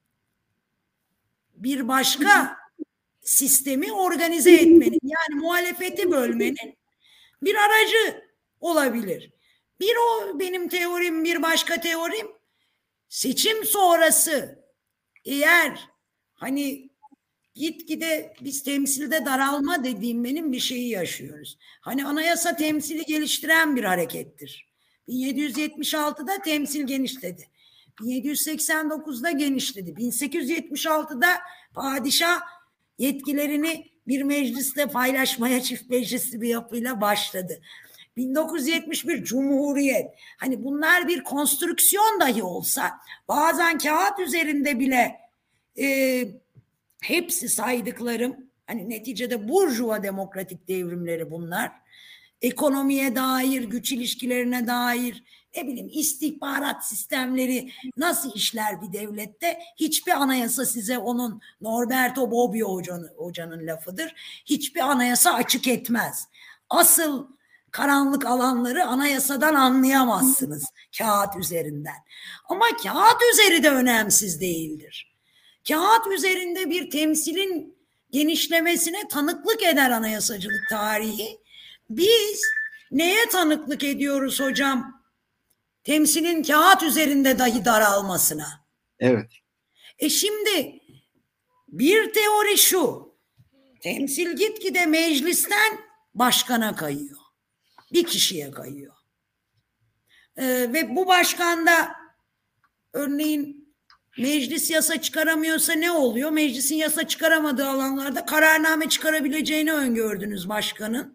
bir başka sistemi organize etmenin, yani muhalefeti bölmenin bir aracı olabilir. Bir o benim teorim, bir başka teorim, seçim sonrası eğer hani gitgide biz temsilde daralma dediğim benim bir şeyi yaşıyoruz. Hani anayasa temsili geliştiren bir harekettir. bin yedi yüz yetmiş altıda temsil genişledi. bin yedi yüz seksen dokuzda genişledi. bin sekiz yüz yetmiş altıda padişah yetkilerini bir mecliste paylaşmaya çift meclisli bir yapıyla başladı. bin dokuz yüz yetmiş bir Cumhuriyet. Hani bunlar bir konstrüksiyon dahi olsa, bazen kağıt üzerinde bile e, hepsi saydıklarım, hani neticede burjuva demokratik devrimleri bunlar. Ekonomiye dair, güç ilişkilerine dair, ne bileyim istihbarat sistemleri nasıl işler bir devlette, hiçbir anayasa size, onun Norberto Bobbio hocanın, hocanın lafıdır, hiçbir anayasa açık etmez. Asıl karanlık alanları anayasadan anlayamazsınız kağıt üzerinden. Ama kağıt üzeri de önemsiz değildir. Kağıt üzerinde bir temsilin genişlemesine tanıklık eder anayasacılık tarihi. Biz neye tanıklık ediyoruz hocam? Temsilin kağıt üzerinde dahi daralmasına. Evet. E şimdi bir teori şu: temsil gitgide meclisten başkana kayıyor. Bir kişiye kayıyor. Ee, ve bu başkan da örneğin meclis yasa çıkaramıyorsa ne oluyor? Meclisin yasa çıkaramadığı alanlarda kararname çıkarabileceğini öngördünüz başkanın.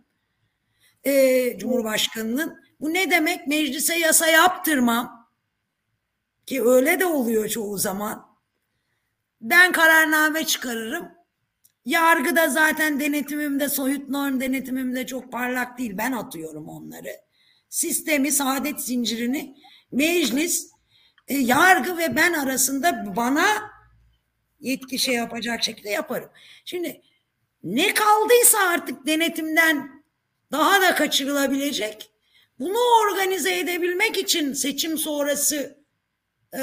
Ee, Cumhurbaşkanının. Bu ne demek? Meclise yasa yaptırmam. ki öyle de oluyor çoğu zaman. Ben kararname çıkarırım. Yargı da zaten denetimimde, soyut norm denetimimde çok parlak değil. Ben atıyorum onları. Sistemi, saadet zincirini meclis, e, yargı ve ben arasında bana yetki şey yapacak şekilde yaparım. Şimdi ne kaldıysa artık denetimden daha da kaçırılabilecek, bunu organize edebilmek için seçim sonrası e,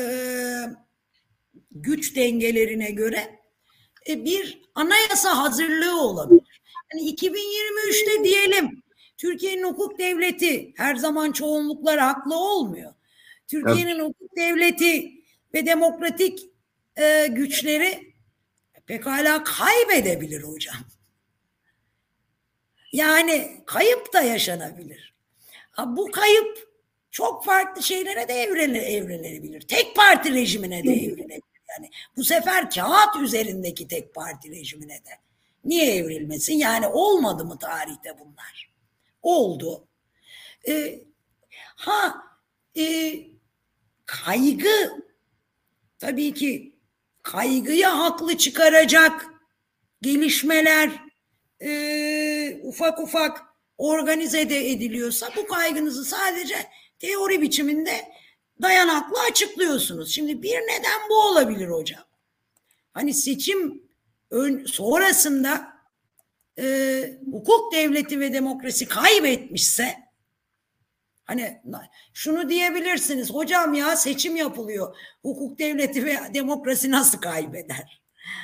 güç dengelerine göre e, bir anayasa hazırlığı olabilir. Yani iki bin yirmi üçte diyelim Türkiye'nin hukuk devleti, her zaman çoğunluklar haklı olmuyor. Türkiye'nin evet. hukuk devleti ve demokratik e, güçleri pekala kaybedebilir hocam. Yani kayıp da yaşanabilir. Ha, bu kayıp çok farklı şeylere de evrilebilir. Tek parti rejimine de evrilebilir. Yani bu sefer kağıt üzerindeki tek parti rejimine de. Niye evrilmesin? Yani olmadı mı tarihte bunlar? Oldu. Ee, ha e, kaygı, tabii ki kaygıya haklı çıkaracak gelişmeler e, ufak ufak organize de ediliyorsa bu kaygınızı sadece teori biçiminde dayanaklı açıklıyorsunuz. Şimdi bir neden bu olabilir hocam. Hani seçim ön, sonrasında e, hukuk devleti ve demokrasi kaybetmişse, hani şunu diyebilirsiniz, hocam ya seçim yapılıyor, hukuk devleti ve demokrasi nasıl kaybeder?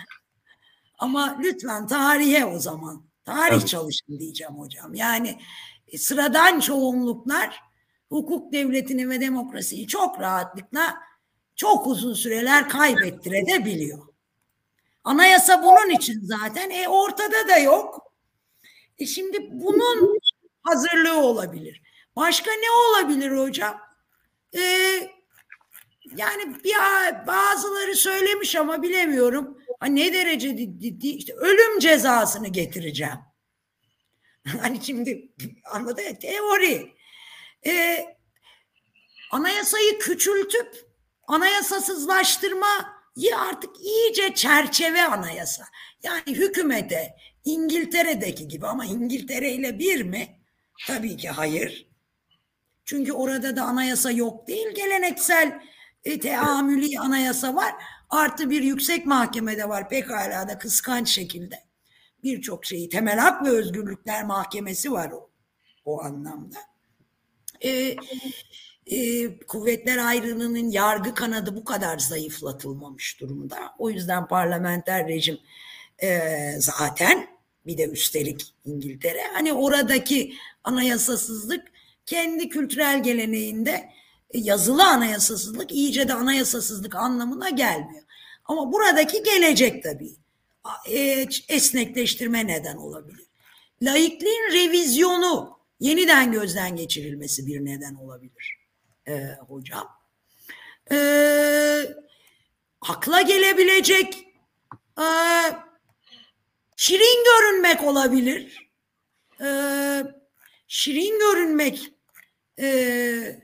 Ama lütfen tarihe o zaman, tarih evet. çalışın diyeceğim hocam. Yani e, sıradan çoğunluklar hukuk devletini ve demokrasiyi çok rahatlıkla çok uzun süreler kaybettirebiliyor. Anayasa bunun için zaten. E ortada da yok. E şimdi bunun hazırlığı olabilir. Başka ne olabilir hocam? E, yani bir, bazıları söylemiş ama bilemiyorum. Ha, ne derece işte ölüm cezasını getireceğim. Hani şimdi anladın ya, teori. E, anayasayı küçültüp anayasasızlaştırmayı artık iyice çerçeve anayasa. Yani hükümete İngiltere'deki gibi, ama İngiltere ile bir mi? Tabii ki hayır. Çünkü orada da anayasa yok değil, geleneksel e, teamüli anayasa var. Artı bir yüksek mahkemede var pekala da kıskanç şekilde. Birçok şeyi, temel hak ve özgürlükler mahkemesi var o, o anlamda. E, e, kuvvetler ayrılığının yargı kanadı bu kadar zayıflatılmamış durumda. O yüzden parlamenter rejim e, zaten, bir de üstelik İngiltere, hani oradaki anayasasızlık kendi kültürel geleneğinde yazılı anayasasızlık iyice de anayasasızlık anlamına gelmiyor. Ama buradaki gelecek tabii esnekleştirme neden olabilir. Laikliğin revizyonu, yeniden gözden geçirilmesi bir neden olabilir ee, hocam. Ee, akla gelebilecek e, şirin görünmek olabilir. Ee, şirin görünmek e,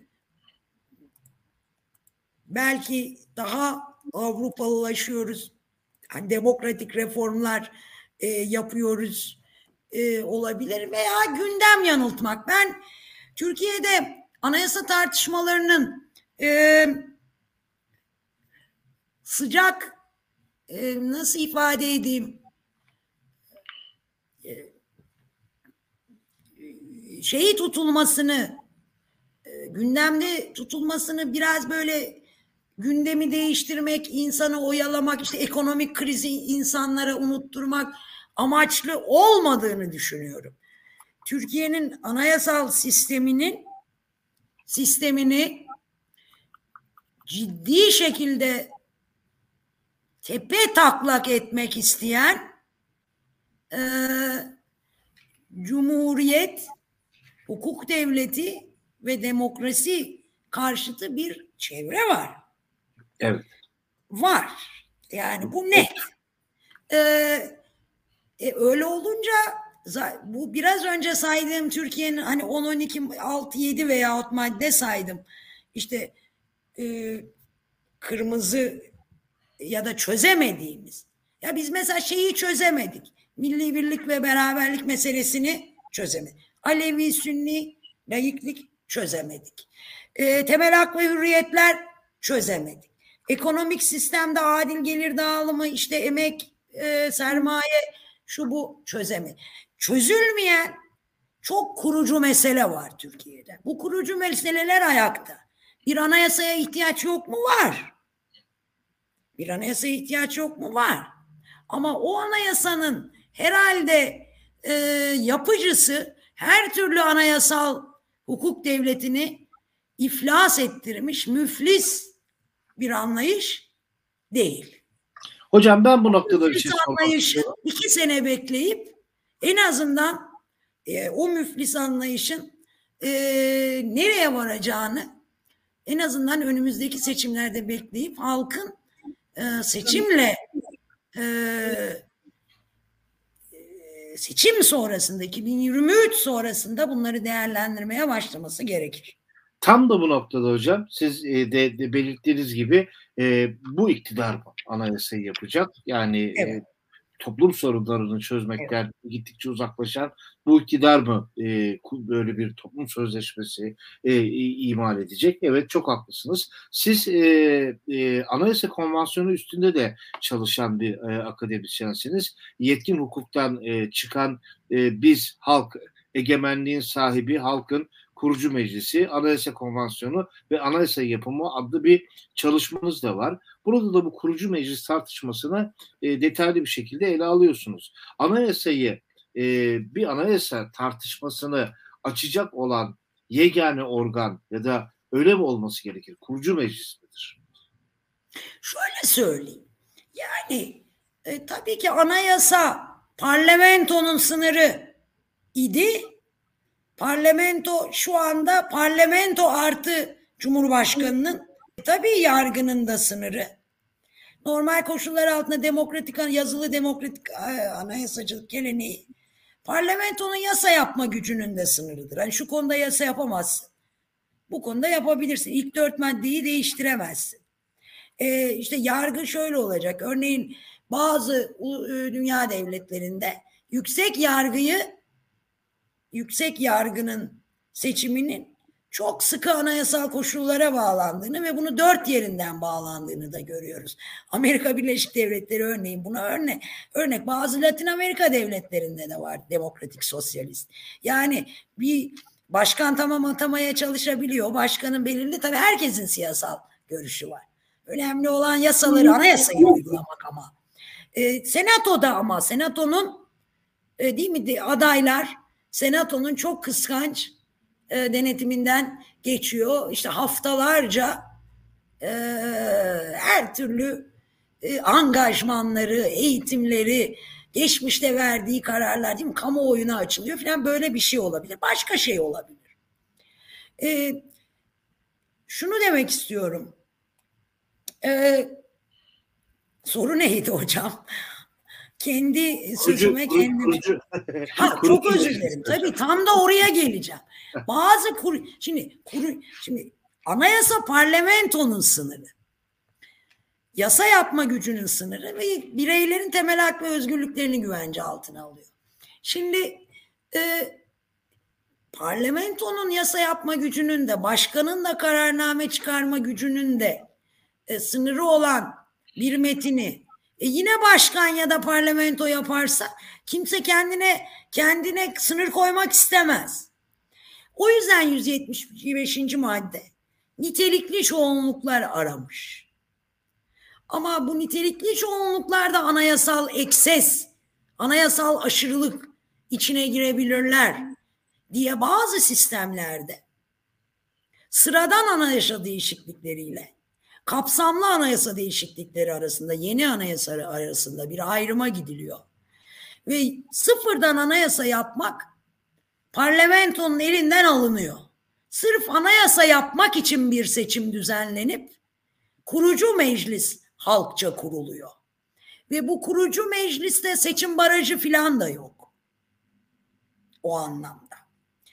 belki daha Avrupalılaşıyoruz. Yani demokratik reformlar e, yapıyoruz e, olabilir veya gündem yanıltmak. Ben Türkiye'de anayasa tartışmalarının e, sıcak e, nasıl ifade edeyim e, şeyi tutulmasını e, gündemde tutulmasını biraz böyle gündemi değiştirmek, insanı oyalamak, işte ekonomik krizi insanlara unutturmak amaçlı olmadığını düşünüyorum. Türkiye'nin anayasal sisteminin sistemini ciddi şekilde tepe taklak etmek isteyen e, cumhuriyet, hukuk devleti ve demokrasi karşıtı bir çevre var. Evet. Var. Yani bu net. Ee, e, öyle olunca bu biraz önce saydığım Türkiye'nin hani on, on iki, altı, yedi veyahut madde saydım. İşte e, kırmızı ya da çözemediğimiz, ya biz mesela şeyi çözemedik. Milli birlik ve beraberlik meselesini çözemedik. Alevi, Sünni, laiklik çözemedik. E, temel hak ve hürriyetler çözemedik. Ekonomik sistemde adil gelir dağılımı, işte emek, e, sermaye, şu bu çözemedik. Çözülmeyen çok kurucu mesele var Türkiye'de. Bu kurucu meseleler ayakta. Bir anayasaya ihtiyaç yok mu? Var. Bir anayasaya ihtiyaç yok mu? Var. Ama o anayasanın herhalde e, yapıcısı her türlü anayasal hukuk devletini iflas ettirmiş, müflis bir anlayış değil. Hocam ben bu noktada bir şey sormak istiyorum. İki sene bekleyip en azından e, o müflis anlayışın e, nereye varacağını en azından önümüzdeki seçimlerde bekleyip halkın e, seçimle e, seçim sonrasında iki bin yirmi üç sonrasında bunları değerlendirmeye başlaması gerekir. Tam da bu noktada hocam siz de, de belirttiğiniz gibi e, bu iktidar mı anayasayı yapacak? Yani evet. e, toplum sorunlarını çözmekten evet. gittikçe uzaklaşan bu iktidar mı e, böyle bir toplum sözleşmesi e, imal edecek? Evet, çok haklısınız. Siz e, e, Anayasa Konvansiyonu üstünde de çalışan bir e, akademisyensiniz. Yetkin hukuktan e, çıkan e, biz halk, egemenliğin sahibi halkın kurucu meclisi, Anayasa Konvansiyonu ve Anayasa Yapımı adlı bir çalışmanız da var. Burada da bu kurucu meclis tartışmasını e, detaylı bir şekilde ele alıyorsunuz. Anayasayı, e, bir anayasa tartışmasını açacak olan yegane organ ya da öyle mi olması gerekir? Kurucu meclis midir? Şöyle söyleyeyim. Yani e, tabii ki anayasa parlamentonun sınırı idi. Parlamento şu anda parlamento artı Cumhurbaşkanı'nın, tabii yargının da sınırı. Normal koşullar altında demokratik, yazılı demokratik anayasacılık geleneği parlamentonun yasa yapma gücünün de sınırıdır. Yani şu konuda yasa yapamazsın. Bu konuda yapabilirsin. İlk dört maddeyi değiştiremezsin. Ee, işte yargı şöyle olacak. Örneğin bazı dünya devletlerinde yüksek yargıyı yüksek yargının seçiminin çok sıkı anayasal koşullara bağlandığını ve bunu dört yerinden bağlandığını da görüyoruz. Amerika Birleşik Devletleri örneğin buna örnek. Örnek bazı Latin Amerika devletlerinde de var demokratik sosyalist. Yani bir başkan tamam atamaya çalışabiliyor. Başkanın belirli, tabii herkesin siyasal görüşü var. Önemli olan yasaları, anayasayı uygulamak ama. E, senatoda ama senatonun e, değil mi adaylar senatonun çok kıskanç e, denetiminden geçiyor. İşte haftalarca e, her türlü e, angajmanları, eğitimleri, geçmişte verdiği kararlar, değil mi, kamuoyuna açılıyor falan, böyle bir şey olabilir. Başka şey olabilir. E, şunu demek istiyorum. E, soru neydi hocam? Kendi sözüme kendim. Ha, çok özür dilerim. Tabii tam da oraya geleceğim. Bazı kuru, şimdi kuru, şimdi anayasa parlamentonun sınırı. Yasa yapma gücünün sınırı ve bireylerin temel hak ve özgürlüklerini güvence altına alıyor. Şimdi e, parlamentonun yasa yapma gücünün de, başkanın da kararname çıkarma gücünün de e, sınırı olan bir metini E yine başkan ya da parlamento yaparsa kimse kendine kendine sınır koymak istemez. O yüzden yüz yetmiş beşinci madde nitelikli çoğunluklar aramış. Ama bu nitelikli çoğunluklarda anayasal ekses, anayasal aşırılık içine girebilirler diye bazı sistemlerde sıradan anayasa değişiklikleriyle kapsamlı anayasa değişiklikleri arasında, yeni anayasa arasında bir ayrıma gidiliyor. Ve sıfırdan anayasa yapmak parlamentonun elinden alınıyor. Sırf anayasa yapmak için bir seçim düzenlenip kurucu meclis halkça kuruluyor. Ve bu kurucu mecliste seçim barajı falan da yok. O anlamda.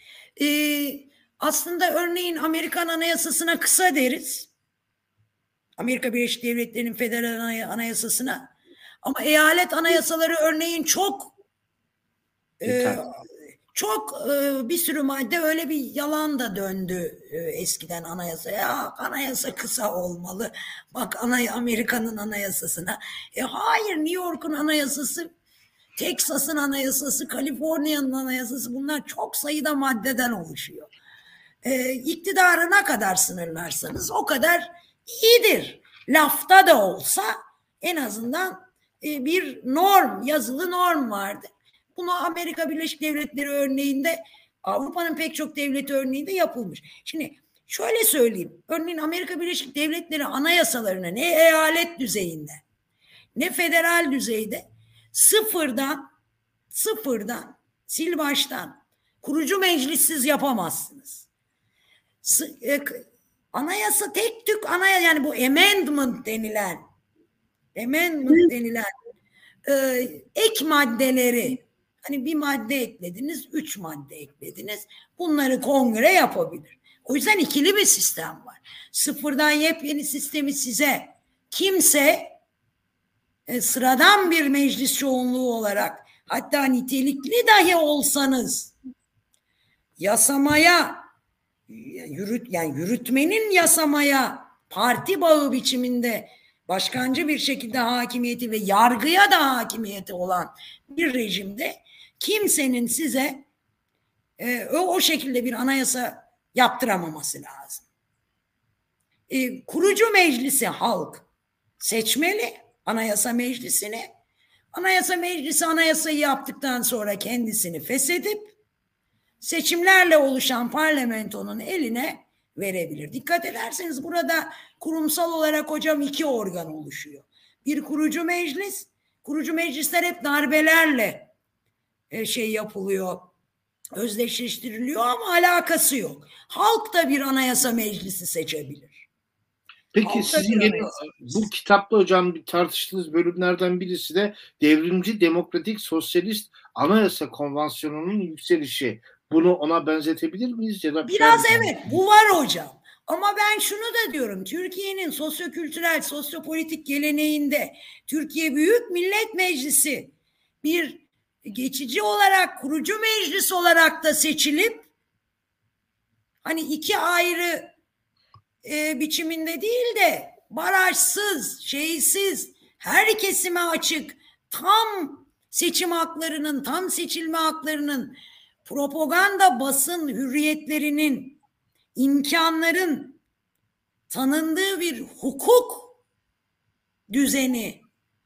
Ee, aslında örneğin Amerikan Anayasası'na kısa deriz. Amerika Birleşik Devletleri'nin federal anayasasına. Ama eyalet anayasaları örneğin çok e, çok e, bir sürü madde öyle bir yalan da döndü e, eskiden anayasaya. Anayasa kısa olmalı. Bak anay Amerika'nın anayasasına. E, hayır, New York'un anayasası, Texas'ın anayasası, Kaliforniya'nın anayasası, bunlar çok sayıda maddeden oluşuyor. E, iktidarı ne kadar sınırlarsanız o kadar iyidir. Lafta da olsa en azından e, bir norm, yazılı norm vardı. Bunu Amerika Birleşik Devletleri örneğinde, Avrupa'nın pek çok devleti örneğinde yapılmış. Şimdi şöyle söyleyeyim. Örneğin Amerika Birleşik Devletleri anayasalarını ne eyalet düzeyinde ne federal düzeyde sıfırdan sıfırdan sil baştan kurucu meclissiz yapamazsınız. Anayasa tek tük anayasa, yani bu amendment denilen amendment denilen e, ek maddeleri, hani bir madde eklediniz, üç madde eklediniz, bunları kongre yapabilir. O yüzden ikili bir sistem var. Sıfırdan yepyeni sistemi size kimse e, sıradan bir meclis çoğunluğu olarak, hatta nitelikli dahi olsanız yasamaya yürüt yani yürütmenin yasamaya parti bağı biçiminde başkancı bir şekilde hakimiyeti ve yargıya da hakimiyeti olan bir rejimde kimsenin size e, o, o şekilde bir anayasa yaptıramaması lazım. E, kurucu meclisi halk seçmeli, anayasa meclisini. Anayasa meclisi anayasayı yaptıktan sonra kendisini feshedip seçimlerle oluşan parlamentonun eline verebilir. Dikkat ederseniz burada kurumsal olarak hocam iki organ oluşuyor. Bir kurucu meclis, kurucu meclisler hep darbelerle şey yapılıyor, özdeşleştiriliyor ama alakası yok. Halk da bir anayasa meclisi seçebilir. Peki halk sizin gene, bu kitapta hocam bir tartıştığınız bölümlerden birisi de devrimci, demokratik, sosyalist anayasa konvansiyonunun yükselişi. Bunu ona benzetebilir miyiz? Ya da biraz şey evet, bu var hocam. Ama ben şunu da diyorum, Türkiye'nin sosyokültürel, sosyopolitik geleneğinde Türkiye Büyük Millet Meclisi bir geçici olarak kurucu meclis olarak da seçilip hani iki ayrı e, biçiminde değil de barajsız, şeysiz, her kesime açık, tam seçim haklarının, tam seçilme haklarının, propaganda basın hürriyetlerinin, imkanların tanındığı bir hukuk düzeni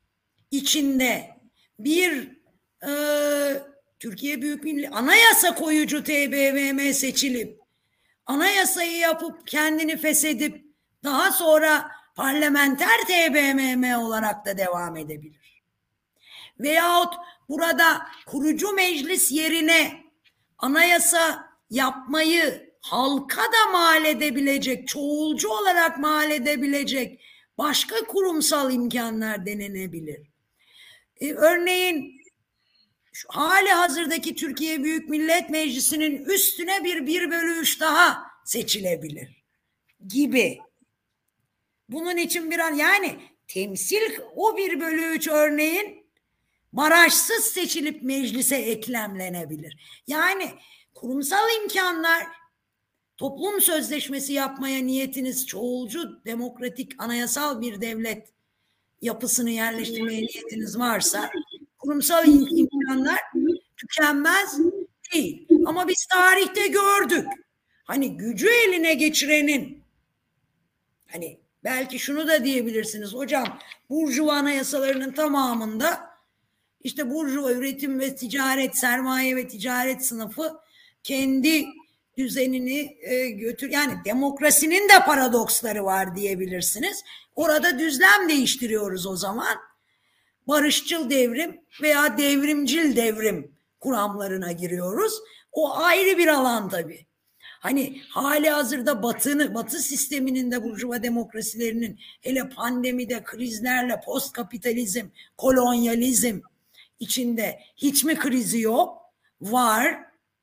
içinde bir e, Türkiye Büyük Millet Anayasa koyucu T B M M seçilip anayasayı yapıp kendini feshedip daha sonra parlamenter T B M M olarak da devam edebilir. Veyahut burada kurucu meclis yerine anayasa yapmayı halka da mal edebilecek, çoğulcu olarak mal edebilecek başka kurumsal imkanlar denenebilir. Ee, örneğin şu hali hazırdaki Türkiye Büyük Millet Meclisi'nin üstüne bir bir bölü üç daha seçilebilir gibi. Bunun için bir an yani temsil o bir bölü üç örneğin barajsız seçilip meclise eklemlenebilir. Yani kurumsal imkanlar, toplum sözleşmesi yapmaya niyetiniz, çoğulcu, demokratik, anayasal bir devlet yapısını yerleştirmeye niyetiniz varsa kurumsal imkanlar tükenmez değil. Ama biz tarihte gördük. Hani gücü eline geçirenin, hani belki şunu da diyebilirsiniz hocam, Burjuva anayasalarının tamamında işte Burjuva üretim ve ticaret, sermaye ve ticaret sınıfı kendi düzenini e, götür. Yani demokrasinin de paradoksları var diyebilirsiniz. Orada düzlem değiştiriyoruz o zaman. Barışçıl devrim veya devrimcil devrim kuramlarına giriyoruz. O ayrı bir alan tabii. Hani hali hazırda batını, batı sisteminin de burjuva demokrasilerinin hele pandemide, krizlerle, post kapitalizm, kolonyalizm içinde hiç mi krizi yok? Var.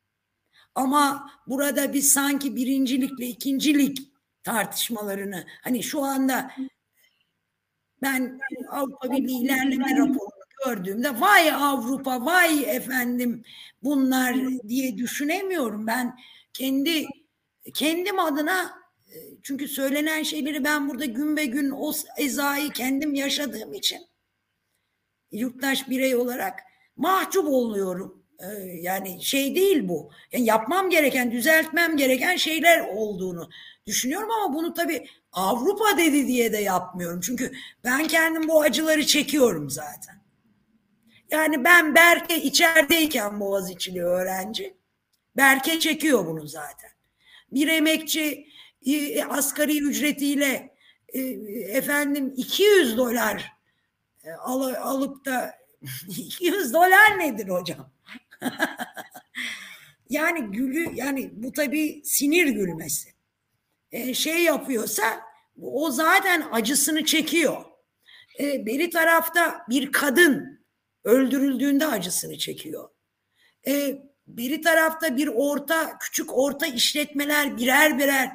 Ama burada biz sanki birincilikle ikincilik tartışmalarını, hani şu anda Ben Avrupa Birliği ilerleme raporunu gördüğümde vay Avrupa, vay efendim bunlar diye düşünemiyorum. Ben kendi kendim adına, çünkü söylenen şeyleri ben burada gün be gün o ezayı kendim yaşadığım için yurttaş birey olarak mahcup oluyorum. Yani şey değil bu. Yani yapmam gereken, düzeltmem gereken şeyler olduğunu düşünüyorum ama bunu tabii Avrupa dedi diye de yapmıyorum. Çünkü ben kendim bu acıları çekiyorum zaten. Yani ben Berke içerideyken Boğaziçi'li öğrenci, Berke çekiyor bunu zaten. Bir emekçi asgari ücretiyle efendim iki yüz dolar al, alıp da iki yüz dolar nedir hocam? Yani gülü, yani bu tabii sinir gülmesi. Ee, şey yapıyorsa o zaten acısını çekiyor. Ee, beri tarafta bir kadın öldürüldüğünde acısını çekiyor. Ee, beri tarafta bir orta, küçük orta işletmeler birer birer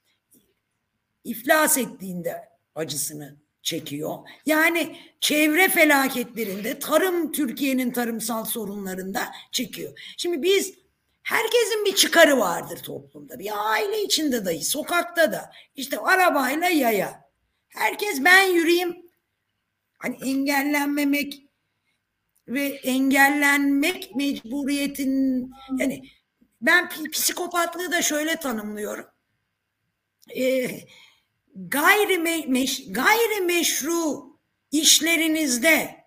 iflas ettiğinde acısını çekiyor. Yani çevre felaketlerinde, tarım, Türkiye'nin tarımsal sorunlarında çekiyor. Şimdi biz, herkesin bir çıkarı vardır toplumda. Bir aile içinde dahi, sokakta da, işte arabayla yaya. Herkes ben yürüyeyim, hani engellenmemek ve engellenmek mecburiyetin, yani ben psikopatlığı da şöyle tanımlıyorum. Ee, gayrimeş, gayrimeşru işlerinizde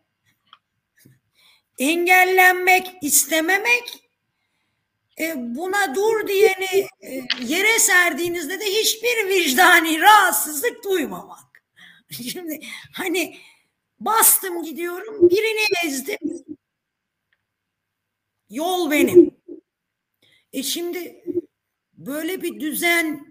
engellenmek istememek, e, buna dur diyeni e, yere serdiğinizde de hiçbir vicdani rahatsızlık duymamak. Şimdi hani bastım gidiyorum, birini ezdim, yol benim. E şimdi böyle bir düzen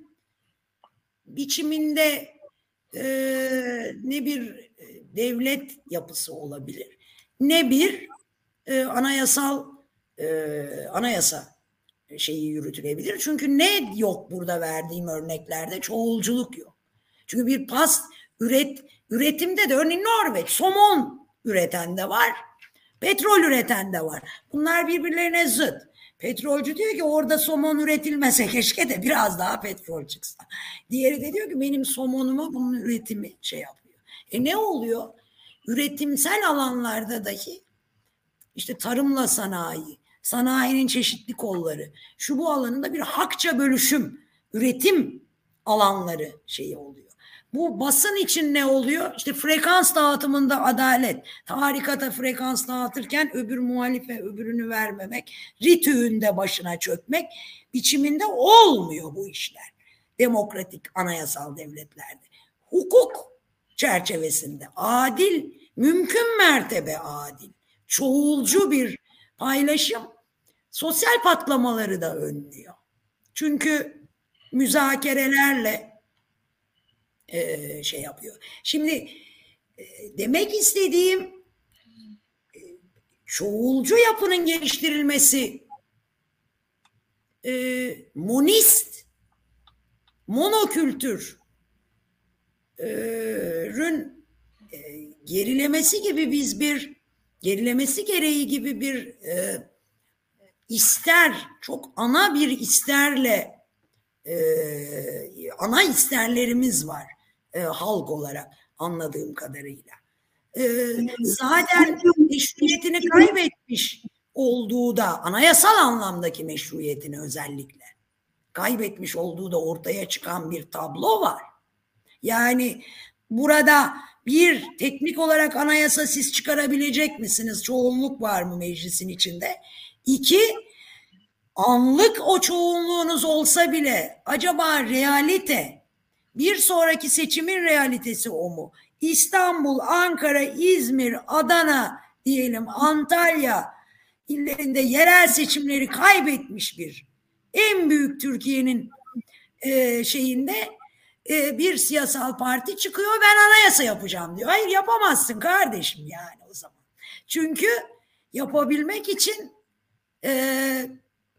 biçiminde e, ne bir devlet yapısı olabilir, ne bir e, anayasal e, anayasa şeyi yürütülebilir. Çünkü ne yok burada verdiğim örneklerde? Çoğulculuk yok. Çünkü bir pas üret üretimde de örneğin Norveç somon üreten de var, petrol üreten de var. Bunlar birbirlerine zıt. Petrolcü diyor ki orada somon üretilmese keşke de biraz daha petrol çıksa. Diğeri de diyor ki benim somonuma bunun üretimi şey yapıyor. E ne oluyor? Üretimsel alanlarda dahi işte tarımla sanayi, sanayinin çeşitli kolları, şu bu alanında bir hakça bölüşüm, üretim alanları şeyi oluyor. Bu basın için ne oluyor? İşte frekans dağıtımında adalet. Tarikata frekans dağıtırken öbür muhalife öbürünü vermemek, ritüğün de başına çökmek biçiminde olmuyor bu işler. Demokratik anayasal devletlerde. Hukuk çerçevesinde adil, mümkün mertebe adil, çoğulcu bir paylaşım sosyal patlamaları da önlüyor. Çünkü müzakerelerle e, şey yapıyor. Şimdi e, demek istediğim e, çoğulcu yapının geliştirilmesi, e, monist, monokültür e, rün e, gerilemesi gibi biz bir gerilemesi gereği gibi bir e, ister, çok ana bir isterle e, ana isterlerimiz var e, halk olarak anladığım kadarıyla. E, zaten meşruiyetini kaybetmiş olduğu da, anayasal anlamdaki meşruiyetini özellikle kaybetmiş olduğu da ortaya çıkan bir tablo var. Yani burada bir, teknik olarak anayasa siz çıkarabilecek misiniz? Çoğunluk var mı meclisin içinde? İki, anlık o çoğunluğunuz olsa bile acaba realite, bir sonraki seçimin realitesi o mu? İstanbul, Ankara, İzmir, Adana diyelim, Antalya illerinde yerel seçimleri kaybetmiş bir, en büyük Türkiye'nin e, şeyinde e, bir siyasal parti çıkıyor, ben anayasa yapacağım diyor. Hayır, yapamazsın kardeşim yani o zaman. Çünkü yapabilmek için e,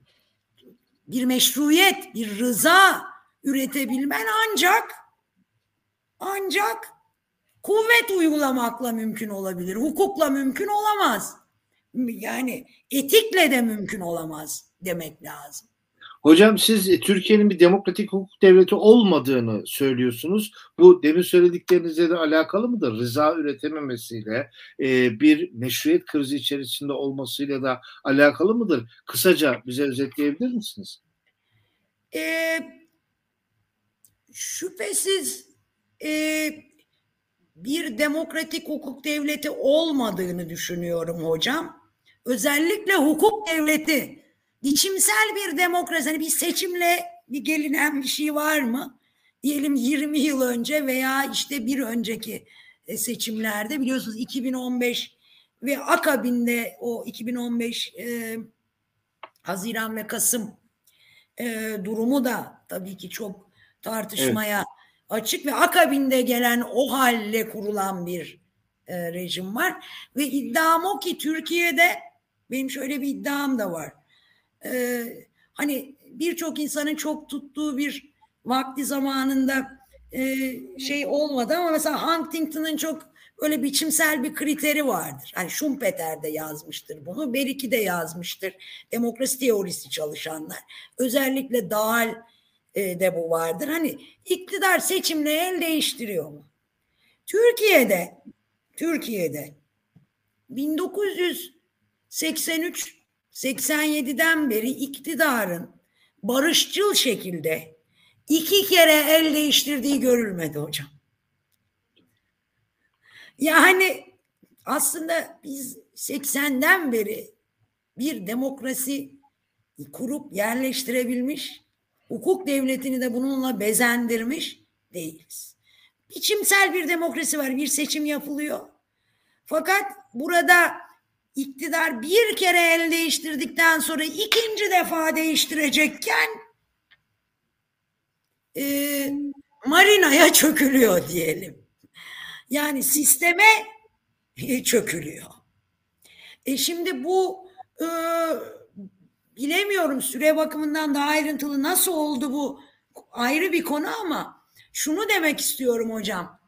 bir meşruiyet, bir rıza üretebilmen ancak ancak kuvvet uygulamakla mümkün olabilir. Hukukla mümkün olamaz. Yani etikle de mümkün olamaz demek lazım. Hocam siz e, Türkiye'nin bir demokratik hukuk devleti olmadığını söylüyorsunuz. Bu demin söylediklerinizle de alakalı mıdır? Rıza üretememesiyle, e, bir meşruiyet krizi içerisinde olmasıyla da alakalı mıdır? Kısaca bize özetleyebilir misiniz? Ee, şüphesiz e, bir demokratik hukuk devleti olmadığını düşünüyorum hocam. Özellikle hukuk devleti, biçimsel bir demokrasi, hani bir seçimle bir gelinen bir şey var mı? Diyelim yirmi yıl önce veya işte bir önceki seçimlerde biliyorsunuz iki bin on beş ve akabinde o iki bin on beş e, Haziran ve Kasım e, durumu da tabii ki çok tartışmaya evet. açık ve akabinde gelen o halle kurulan bir e, rejim var ve iddiam o ki Türkiye'de benim şöyle bir iddiam da var. E, hani birçok insanın çok tuttuğu bir vakti zamanında e, şey olmadı ama mesela Huntington'ın çok öyle biçimsel bir kriteri vardır. Hani Schumpeter de yazmıştır bunu. Beriki de yazmıştır. Demokrasi teorisi çalışanlar. Özellikle Dahl e, de bu vardır. Hani iktidar seçimle el değiştiriyor mu? Türkiye'de Türkiye'de bin dokuz yüz seksen üç seksen yediden beri iktidarın barışçıl şekilde iki kere el değiştirdiği görülmedi hocam. Yani aslında biz seksenden beri bir demokrasi kurup yerleştirebilmiş, hukuk devletini de bununla bezendirmiş değiliz. Biçimsel bir demokrasi var, bir seçim yapılıyor. Fakat burada iktidar bir kere el değiştirdikten sonra ikinci defa değiştirecekken e, marinaya çökülüyor diyelim. Yani sisteme çökülüyor. E şimdi bu e, bilemiyorum süre bakımından daha ayrıntılı nasıl oldu bu ayrı bir konu ama şunu demek istiyorum hocam.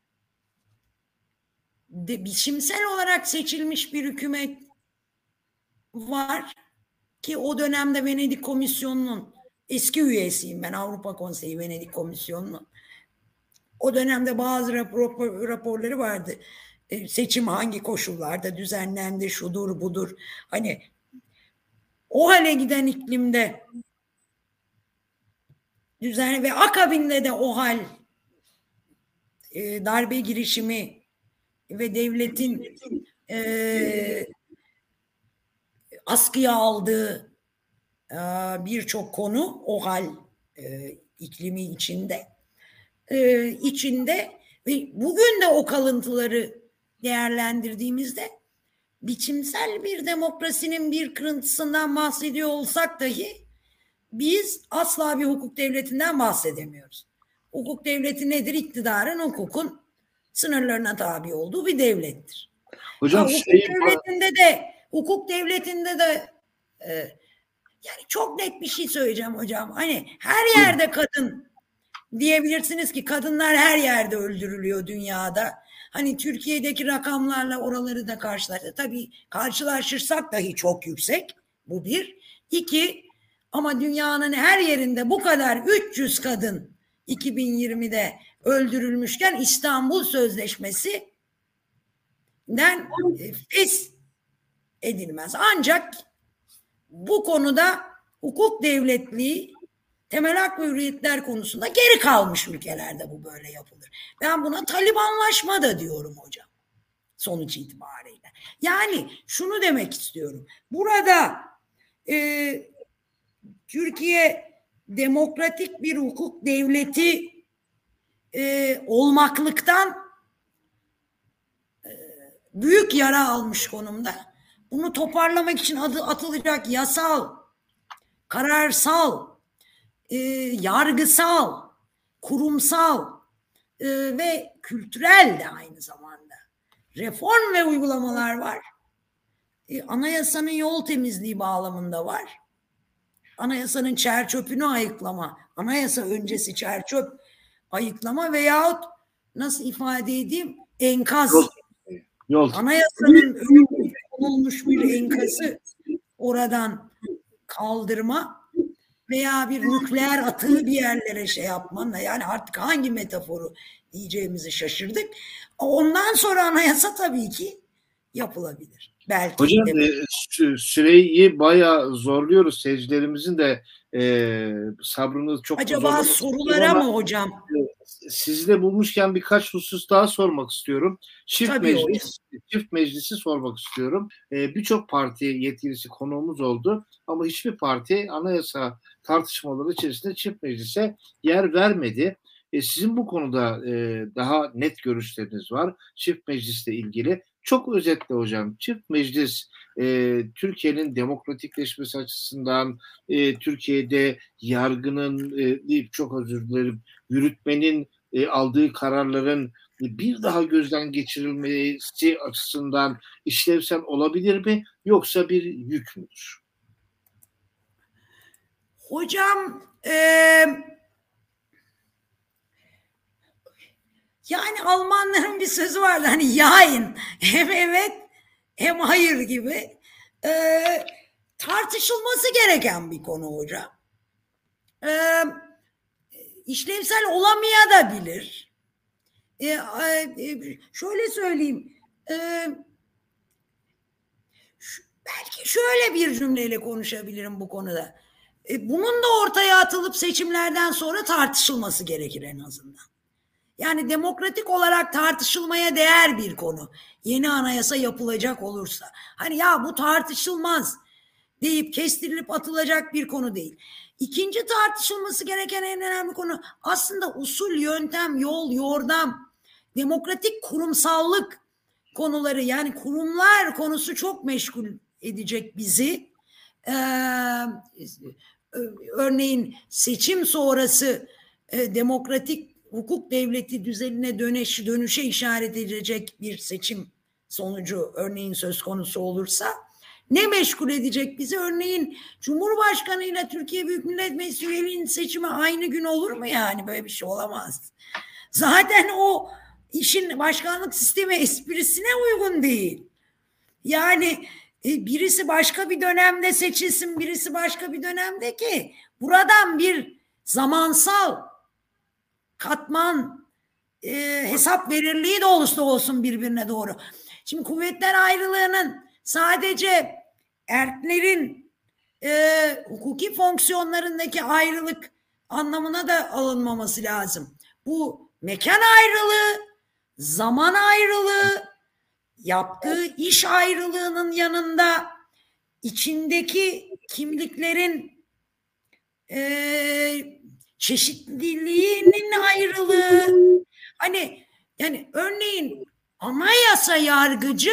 De, biçimsel olarak seçilmiş bir hükümet var ki o dönemde Venedik Komisyonu'nun eski üyesiyim ben, Avrupa Konseyi Venedik Komisyonu'nun. O dönemde bazı rapor, raporları vardı. E, seçim hangi koşullarda düzenlendi, şudur budur. Hani o hale giden iklimde düzen ve akabinde de o hal e, darbe girişimi ve devletin e, askıya aldığı e, birçok konu o hal e, iklimi içinde e, içinde ve bugün de o kalıntıları değerlendirdiğimizde biçimsel bir demokrasinin bir kırıntısından bahsediyor olsak dahi biz asla bir hukuk devletinden bahsedemiyoruz. Hukuk devleti nedir? İktidarın hukukun sınırlarına tabi olduğu bir devlettir. Hocam ha, hukuk şey... devletinde de hukuk devletinde de e, yani çok net bir şey söyleyeceğim hocam. Hani her yerde kadın diyebilirsiniz ki kadınlar her yerde öldürülüyor dünyada. Hani Türkiye'deki rakamlarla oraları da karşılaştırsak. Tabii karşılaşırsak dahi çok yüksek. Bu bir. İki, ama dünyanın her yerinde bu kadar üç yüz kadın iki bin yirmide öldürülmüşken İstanbul Sözleşmesi'nden fes edilmez. Ancak bu konuda hukuk devletliği, temel hak ve hürriyetler konusunda geri kalmış ülkelerde bu böyle yapılır. Ben buna Talibanlaşma da diyorum hocam. Sonuç itibariyle. Yani şunu demek istiyorum. Burada e, Türkiye demokratik bir hukuk devleti e, olmaklıktan e, büyük yara almış konumda. Bunu toparlamak için adı atılacak yasal, kararsal, e, yargısal, kurumsal e, ve kültürel de aynı zamanda reform ve uygulamalar var. E, anayasanın yol temizliği bağlamında var. Anayasanın çerçöpünü ayıklama, anayasa öncesi çerçöp ayıklama veyahut nasıl ifade edeyim, enkaz, Yol, yol. anayasanın önüne konulmuş bir enkazı oradan kaldırma veya bir nükleer atığı bir yerlere şey yapmanla, yani artık hangi metaforu diyeceğimizi şaşırdık. Ondan sonra anayasa tabii ki yapılabilir. Belki. Hocam e, süreyi bayağı zorluyoruz. Seyircilerimizin de e, sabrını çok acaba sorulara mı hocam? Sizi de bulmuşken birkaç husus daha sormak istiyorum. Çift Tabii meclis, hocam. çift meclisi sormak istiyorum. E, Birçok parti yetkilisi konuğumuz oldu ama hiçbir parti anayasa tartışmaları içerisinde çift meclise yer vermedi. E, sizin bu konuda e, daha net görüşleriniz var. Çift meclisle ilgili. Çok özetle hocam, çift meclis e, Türkiye'nin demokratikleşmesi açısından, e, Türkiye'de yargının, e, çok özür dilerim, yürütmenin e, aldığı kararların bir daha gözden geçirilmesi açısından işlevsel olabilir mi, yoksa bir yük müdür? Hocam e, yani Almanların bir sözü vardı, hani yayın, hem evet hem hayır gibi. E, tartışılması gereken bir konu hocam. E, işlevsel olamaya da bilir. E, e, şöyle söyleyeyim. E, şu, belki şöyle bir cümleyle konuşabilirim bu konuda. E, bunun da ortaya atılıp seçimlerden sonra tartışılması gerekir en azından. Yani demokratik olarak tartışılmaya değer bir konu. Yeni anayasa yapılacak olursa. Hani ya bu tartışılmaz deyip kestirilip atılacak bir konu değil. İkinci tartışılması gereken en önemli konu aslında usul, yöntem, yol, yordam, demokratik kurumsallık konuları, yani kurumlar konusu çok meşgul edecek bizi. Ee, örneğin seçim sonrası e, demokratik hukuk devleti düzenine dönüş, dönüşe işaret edecek bir seçim sonucu örneğin söz konusu olursa ne meşgul edecek bizi? Örneğin Cumhurbaşkanı ile Türkiye Büyük Millet Meclisi üyeliğinin seçimi aynı gün olur mu yani? Böyle bir şey olamaz. Zaten o işin başkanlık sistemi esprisine uygun değil. Yani birisi başka bir dönemde seçilsin, birisi başka bir dönemde, ki buradan bir zamansal katman e, hesap verirliği de olursa olsun birbirine doğru. Şimdi kuvvetler ayrılığının sadece erklerin e, hukuki fonksiyonlarındaki ayrılık anlamına da alınmaması lazım. Bu mekan ayrılığı, zaman ayrılığı, yaptığı iş ayrılığının yanında içindeki kimliklerin e, çeşitliliğinin ayrılığı. Hani yani örneğin anayasa yargıcı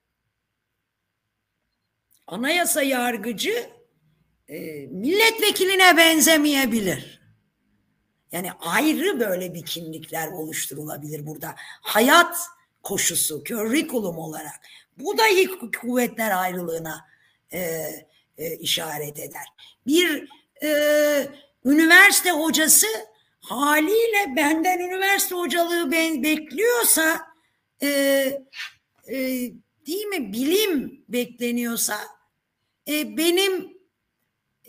anayasa yargıcı e, milletvekiline benzemeyebilir. Yani ayrı böyle bir kimlikler oluşturulabilir burada. Hayat koşusu, curriculum olarak. Bu da kuvvetler ayrılığına e, e, işaret eder. Bir e, üniversite hocası haliyle benden üniversite hocalığı ben, bekliyorsa e, e, değil mi, bilim bekleniyorsa e, benim e,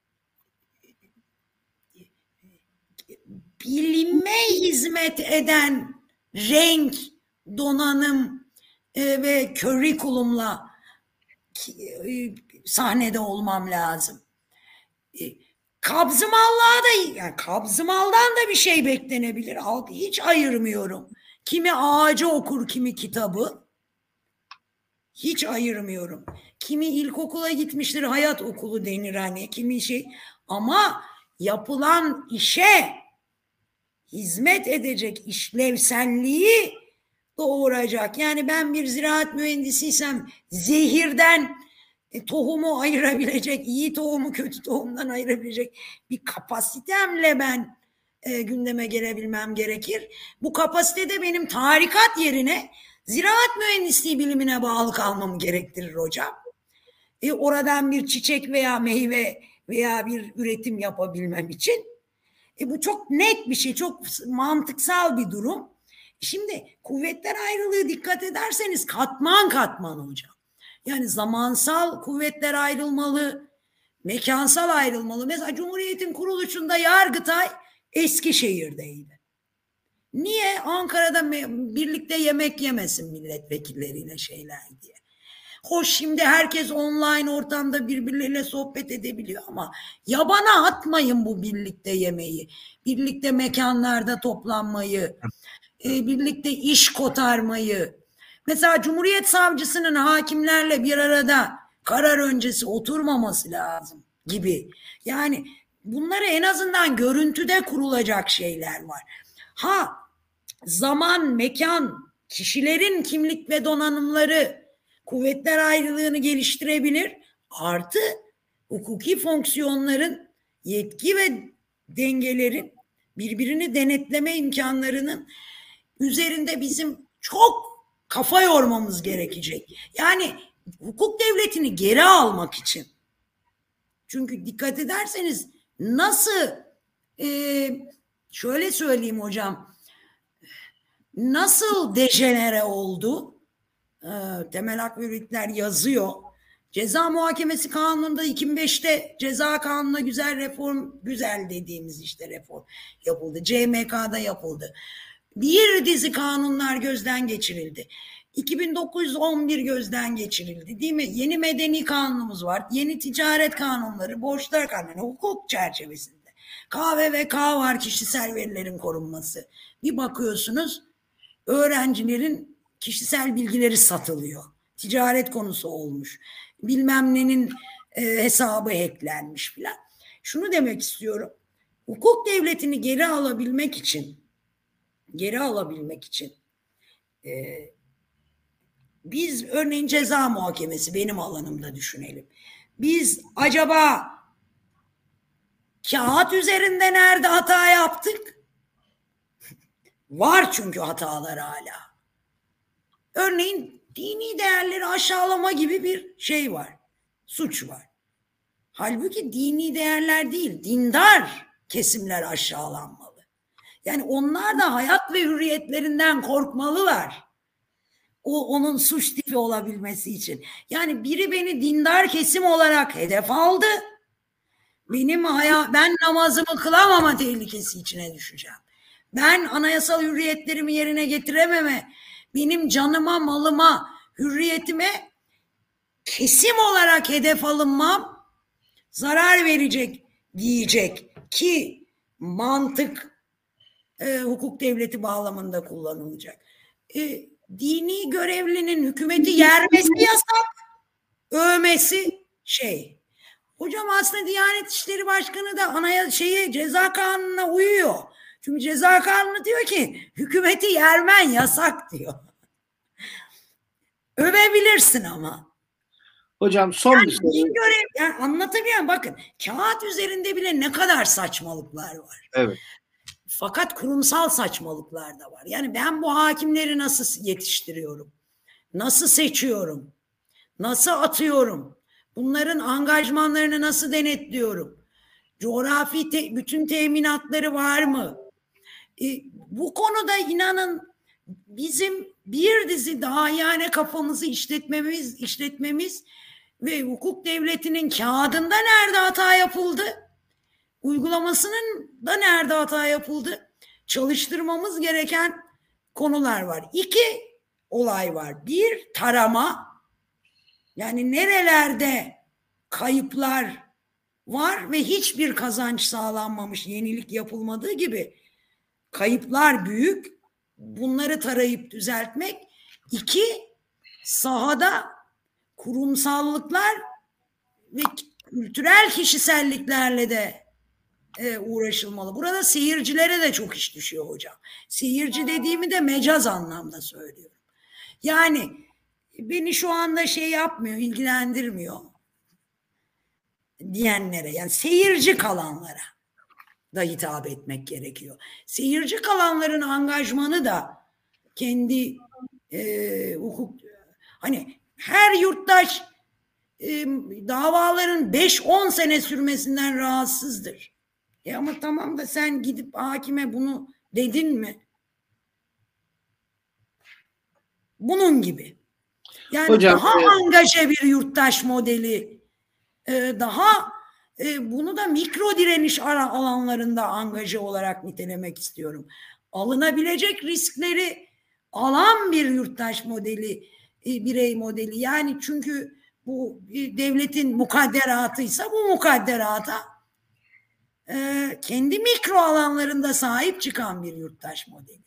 bilime hizmet eden renk, donanım e, ve curriculumla e, sahnede olmam lazım. E, Kabzımallığa da, yani Kabzımal'dan da bir şey beklenebilir. Halk hiç ayırmıyorum. Kimi ağacı okur, kimi kitabı. Hiç ayırmıyorum. Kimi ilkokula gitmiştir, hayat okulu denir hani, kimi şey. Ama yapılan işe hizmet edecek işlevselliği doğuracak. Yani ben bir ziraat mühendisiysem zehirden e, tohumu ayırabilecek, iyi tohumu kötü tohumdan ayırabilecek bir kapasitemle ben e, gündeme gelebilmem gerekir. Bu kapasitede benim tarikat yerine ziraat mühendisliği bilimine bağlı kalmamı gerektirir hocam. E, oradan bir çiçek veya meyve veya bir üretim yapabilmem için. E, bu çok net bir şey, çok mantıksal bir durum. Şimdi kuvvetler ayrılığı dikkat ederseniz katman katman hocam. Yani zamansal kuvvetler ayrılmalı, mekansal ayrılmalı. Mesela Cumhuriyet'in kuruluşunda Yargıtay Eskişehir'deydi. Niye? Ankara'da birlikte yemek yemesin milletvekilleriyle şeyler diye. Hoş şimdi herkes online ortamda birbirleriyle sohbet edebiliyor ama yabana atmayın bu birlikte yemeği, birlikte mekanlarda toplanmayı, birlikte iş kotarmayı. Mesela Cumhuriyet Savcısının hakimlerle bir arada karar öncesi oturmaması lazım gibi. Yani bunları en azından görüntüde kurulacak şeyler var. Ha, zaman, mekan, kişilerin kimlik ve donanımları kuvvetler ayrılığını geliştirebilir. Artı hukuki fonksiyonların, yetki ve dengelerin birbirini denetleme imkanlarının üzerinde bizim çok kafa yormamız gerekecek. Yani hukuk devletini geri almak için. Çünkü dikkat ederseniz nasıl e, şöyle söyleyeyim hocam, nasıl dejenere oldu? E, Temel Hak ve Hürriyetler yazıyor. Ceza Muhakemesi Kanunu'nda iki bin beşte ceza kanununa güzel reform, güzel dediğimiz işte reform yapıldı. C M K'da yapıldı. Bir dizi kanunlar gözden geçirildi. iki bin dokuz yüz on bir gözden geçirildi, değil mi? Yeni medeni kanunumuz var. Yeni ticaret kanunları, borçlar kanunu, hukuk çerçevesinde. K V V K var, kişisel verilerin korunması. Bir bakıyorsunuz öğrencilerin kişisel bilgileri satılıyor. Ticaret konusu olmuş. Bilmem nenin e, hesabı hacklenmiş filan. Şunu demek istiyorum. Hukuk devletini geri alabilmek için geri alabilmek için e, biz örneğin ceza muhakemesi benim alanımda düşünelim. Biz acaba kağıt üzerinde nerede hata yaptık? Var çünkü hatalar hala. Örneğin dini değerleri aşağılama gibi bir şey var. Suç var. Halbuki dini değerler değil, dindar kesimler aşağılanmalı. Yani onlar da hayat ve hürriyetlerinden korkmalılar. O onun suç tipi olabilmesi için. Yani biri beni dindar kesim olarak hedef aldı. Benim hayat, ben namazımı kılamama tehlikesi içine düşeceğim. Ben anayasal hürriyetlerimi yerine getirememe, benim canıma, malıma, hürriyetime kesim olarak hedef alınmam zarar verecek diyecek ki mantık e, hukuk devleti bağlamında kullanılacak. E, dini görevlinin hükümeti yermesi yasak, övmesi şey. Hocam aslında Diyanet İşleri Başkanı da anaya şeyi ceza kanununa uyuyor. Çünkü ceza kanunu diyor ki hükümeti yermen yasak diyor. Övebilirsin ama. Hocam son yani bir soru. Görev, yani anlatabiliyorum, bakın kağıt üzerinde bile ne kadar saçmalıklar var. Evet. Fakat kurumsal saçmalıklar da var. Yani ben bu hakimleri nasıl yetiştiriyorum? Nasıl seçiyorum? Nasıl atıyorum? Bunların angajmanlarını nasıl denetliyorum? Coğrafi te- bütün teminatları var mı? E, bu konuda inanın bizim bir dizi daha yani kafamızı işletmemiz, işletmemiz ve hukuk devletinin kağıdında nerede hata yapıldı? Uygulamasının da nerede hata yapıldı? Çalıştırmamız gereken konular var. İki olay var. Bir, tarama. Yani nerelerde kayıplar var ve hiçbir kazanç sağlanmamış, yenilik yapılmadığı gibi kayıplar büyük. Bunları tarayıp düzeltmek. İki, sahada kurumsallıklar ve kültürel kişiselliklerle de e, uğraşılmalı. Burada seyircilere de çok iş düşüyor hocam. Seyirci dediğimi de mecaz anlamda söylüyorum. Yani beni şu anda şey yapmıyor, ilgilendirmiyor diyenlere, yani seyirci kalanlara da hitap etmek gerekiyor. Seyirci kalanların angajmanı da kendi e, hukuk, hani her yurttaş e, davaların beş on sene sürmesinden rahatsızdır. E ama tamam da sen gidip hakime bunu dedin mi? Bunun gibi. Yani Hocam, daha e, angaje bir yurttaş modeli, e, daha e, bunu da mikro direniş alanlarında angaje olarak nitelemek istiyorum. Alınabilecek riskleri alan bir yurttaş modeli, e, birey modeli. Yani çünkü bu e, devletin mukadderatıysa bu mukadderata e, kendi mikro alanlarında sahip çıkan bir yurttaş modeli.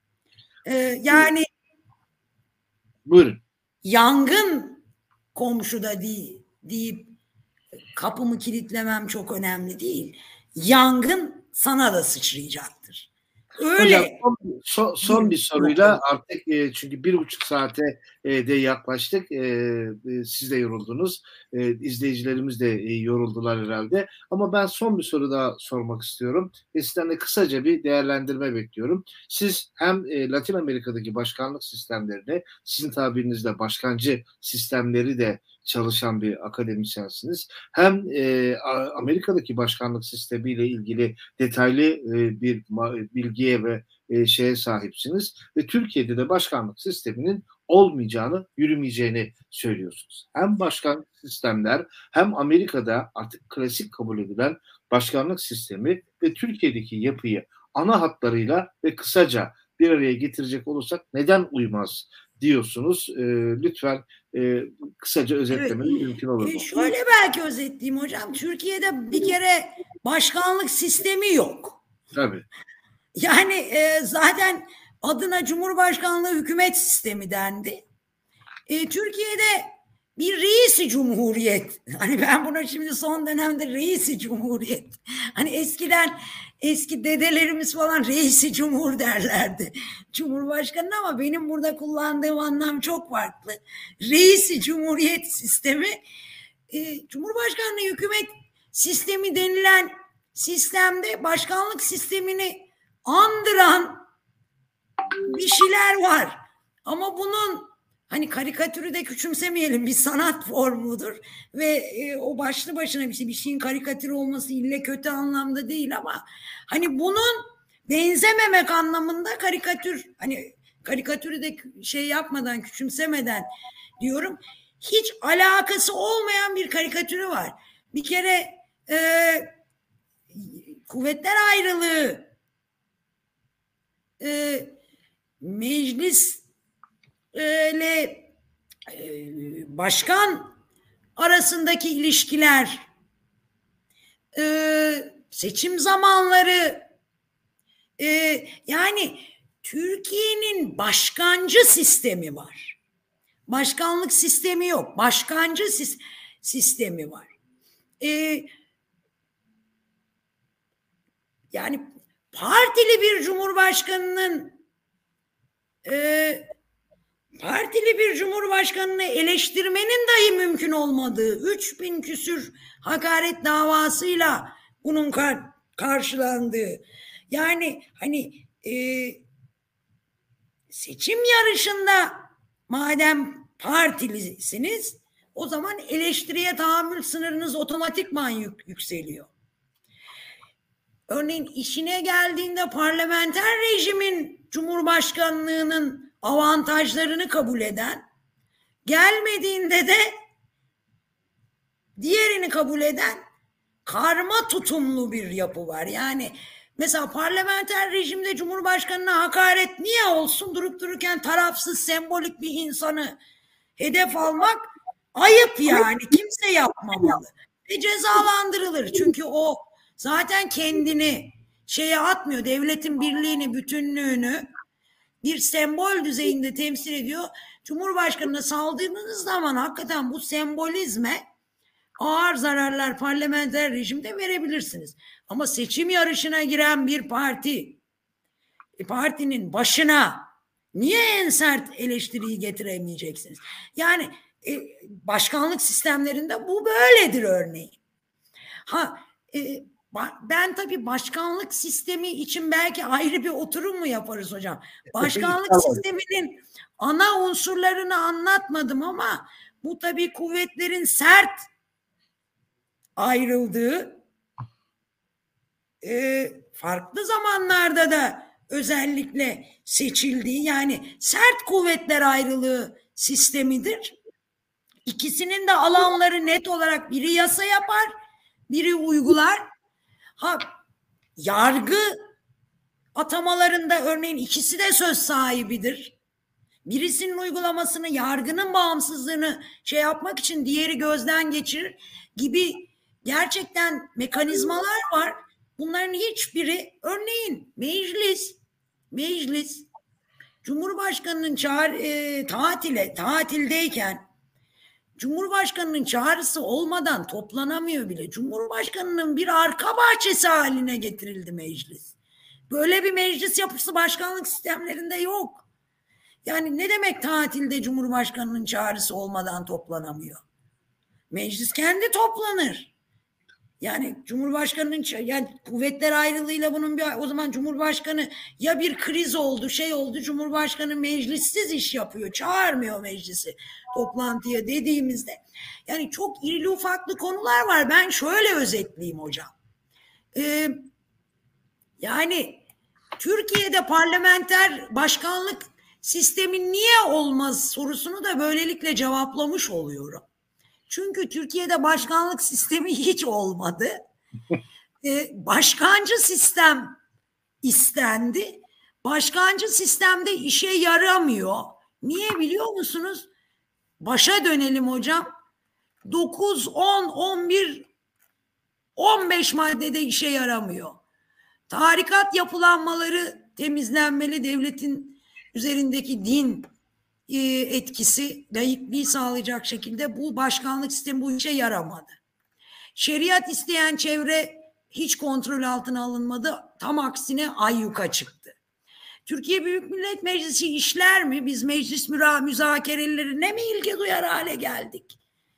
E, yani buyurun. yangın komşuda değil deyip kapımı kilitlemem çok önemli değil. Yangın sana da sıçrayacaktır. Öyle. Hocam, son, son, son bir soruyla artık, e, çünkü bir buçuk saate e, de yaklaştık. E, e, siz de yoruldunuz. E, izleyicilerimiz de e, yoruldular herhalde. Ama ben son bir soru daha sormak istiyorum. Ve sizden de kısaca bir değerlendirme bekliyorum. Siz hem e, Latin Amerika'daki başkanlık sistemlerini, sizin tabirinizle başkancı sistemleri de çalışan bir akademisyensiniz. Hem e, Amerika'daki başkanlık sistemiyle ilgili detaylı e, bir bilgiye ve e, şeye sahipsiniz ve Türkiye'de de başkanlık sisteminin olmayacağını, yürümeyeceğini söylüyorsunuz. Hem başkanlık sistemler hem Amerika'da artık klasik kabul edilen başkanlık sistemi ve Türkiye'deki yapıyı ana hatlarıyla ve kısaca bir araya getirecek olursak neden uymaz diyorsunuz. E, lütfen e, kısaca özetlemeniz evet. mümkün olur mu? E, şöyle belki özetleyeyim hocam. Türkiye'de bir kere başkanlık sistemi yok. Tabii. Yani e, zaten adına Cumhurbaşkanlığı hükümet sistemi dendi. E, Türkiye'de bir reisi cumhuriyet. Hani ben buna şimdi son dönemde reisi cumhuriyet. Hani eskiden eski dedelerimiz falan reisi cumhur derlerdi. Cumhurbaşkanı, ama benim burada kullandığım anlam çok farklı. Reisi cumhuriyet sistemi, e, Cumhurbaşkanlığı hükümet sistemi denilen sistemde başkanlık sistemini andıran bir şeyler var. Ama bunun hani karikatürü de küçümsemeyelim, bir sanat formudur ve e, o başlı başına bir şey, bir şeyin karikatür olması ille kötü anlamda değil, ama hani bunun benzememek anlamında karikatür, hani karikatürü de şey yapmadan, küçümsemeden diyorum, hiç alakası olmayan bir karikatürü var. Bir kere e, kuvvetler ayrılığı, e, meclis ile başkan arasındaki ilişkiler, seçim zamanları, yani Türkiye'nin başkancı sistemi var. Başkanlık sistemi yok. Başkancı sistemi var. Yani partili bir cumhurbaşkanının e, partili bir cumhurbaşkanını eleştirmenin dahi mümkün olmadığı üç bin küsür hakaret davasıyla bunun kar karşılandığı, yani hani e, seçim yarışında madem partilisiniz, o zaman eleştiriye tahammül sınırınız otomatikman yük yükseliyor. Örneğin işine geldiğinde parlamenter rejimin cumhurbaşkanlığının avantajlarını kabul eden, gelmediğinde de diğerini kabul eden karma tutumlu bir yapı var. Yani mesela parlamenter rejimde cumhurbaşkanına hakaret niye olsun? Durup dururken tarafsız, sembolik bir insanı hedef almak ayıp yani. Kimse yapmamalı. Ve cezalandırılır. Çünkü o zaten kendini şeye atmıyor. Devletin birliğini, bütünlüğünü bir sembol düzeyinde temsil ediyor. Cumhurbaşkanına saldırdığınız zaman hakikaten bu sembolizme ağır zararlar parlamenter rejimde verebilirsiniz. Ama seçim yarışına giren bir parti, partinin başına niye en sert eleştiriyi getiremeyeceksiniz? Yani e, başkanlık sistemlerinde bu böyledir örneğin. Ha, e, ben tabii başkanlık sistemi için belki ayrı bir oturum mu yaparız hocam? Başkanlık sisteminin ana unsurlarını anlatmadım, ama bu tabii kuvvetlerin sert ayrıldığı, e, farklı zamanlarda da özellikle seçildiği, yani sert kuvvetler ayrılığı sistemidir. İkisinin de alanları net olarak biri yasa yapar, biri uygular. Ha, yargı atamalarında örneğin ikisi de söz sahibidir. Birisinin uygulamasını, yargının bağımsızlığını şey yapmak için diğeri gözden geçirir gibi gerçekten mekanizmalar var. Bunların hiçbiri, örneğin meclis, meclis Cumhurbaşkanının çağır, e, tatile, tatildeyken Cumhurbaşkanının çağrısı olmadan toplanamıyor bile. Cumhurbaşkanının bir arka bahçesi haline getirildi meclis. Böyle bir meclis yapısı başkanlık sistemlerinde yok. Yani ne demek tatilde Cumhurbaşkanının çağrısı olmadan toplanamıyor? Meclis kendi toplanır. Yani Cumhurbaşkanının, yani kuvvetler ayrılığıyla bunun bir, o zaman Cumhurbaşkanı ya bir kriz oldu, şey oldu, Cumhurbaşkanı meclissiz iş yapıyor, çağırmıyor meclisi toplantıya dediğimizde. Yani çok irili ufaklı konular var. Ben şöyle özetleyeyim hocam. Ee, yani Türkiye'de parlamenter başkanlık sistemi niye olmaz sorusunu da böylelikle cevaplamış oluyorum. Çünkü Türkiye'de başkanlık sistemi hiç olmadı. Ee, başkancı sistem istendi. Başkancı sistemde işe yaramıyor. Niye biliyor musunuz? Başa dönelim hocam. dokuz, on, on bir, on beş maddede işe yaramıyor. Tarikat yapılanmaları temizlenmeli, devletin üzerindeki din etkisi, laikliği sağlayacak şekilde bu başkanlık sistemi bu işe yaramadı. Şeriat isteyen çevre hiç kontrol altına alınmadı. Tam aksine ayyuka çıktı. Türkiye Büyük Millet Meclisi işler mi? Biz meclis müzakerelerine mi ilgi duyar hale geldik?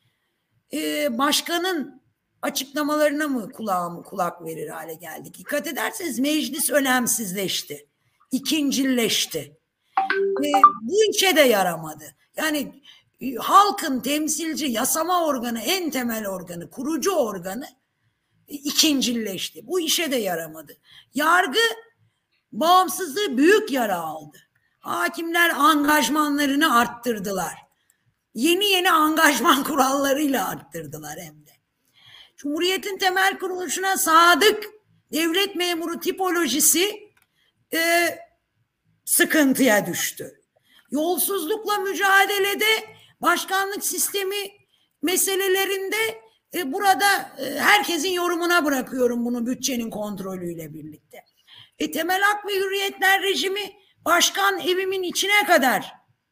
Ee, başkanın açıklamalarına mı kulağımı kulak verir hale geldik? Dikkat ederseniz meclis önemsizleşti. İkincilleşti. E, bu işe de yaramadı. Yani e, halkın temsilci yasama organı, en temel organı, kurucu organı e, ikincilleşti. Bu işe de yaramadı. Yargı bağımsızlığı büyük yara aldı. Hakimler angajmanlarını arttırdılar. Yeni yeni angajman kurallarıyla arttırdılar hem de. Cumhuriyetin temel kuruluşuna sadık devlet memuru tipolojisi e, sıkıntıya düştü. Yolsuzlukla mücadelede başkanlık sistemi meselelerinde e, burada e, herkesin yorumuna bırakıyorum bunu bütçenin kontrolüyle birlikte. E, temel hak ve hürriyetler rejimi başkan evimin içine kadar,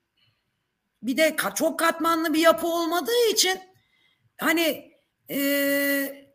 bir de çok katmanlı bir yapı olmadığı için hani e,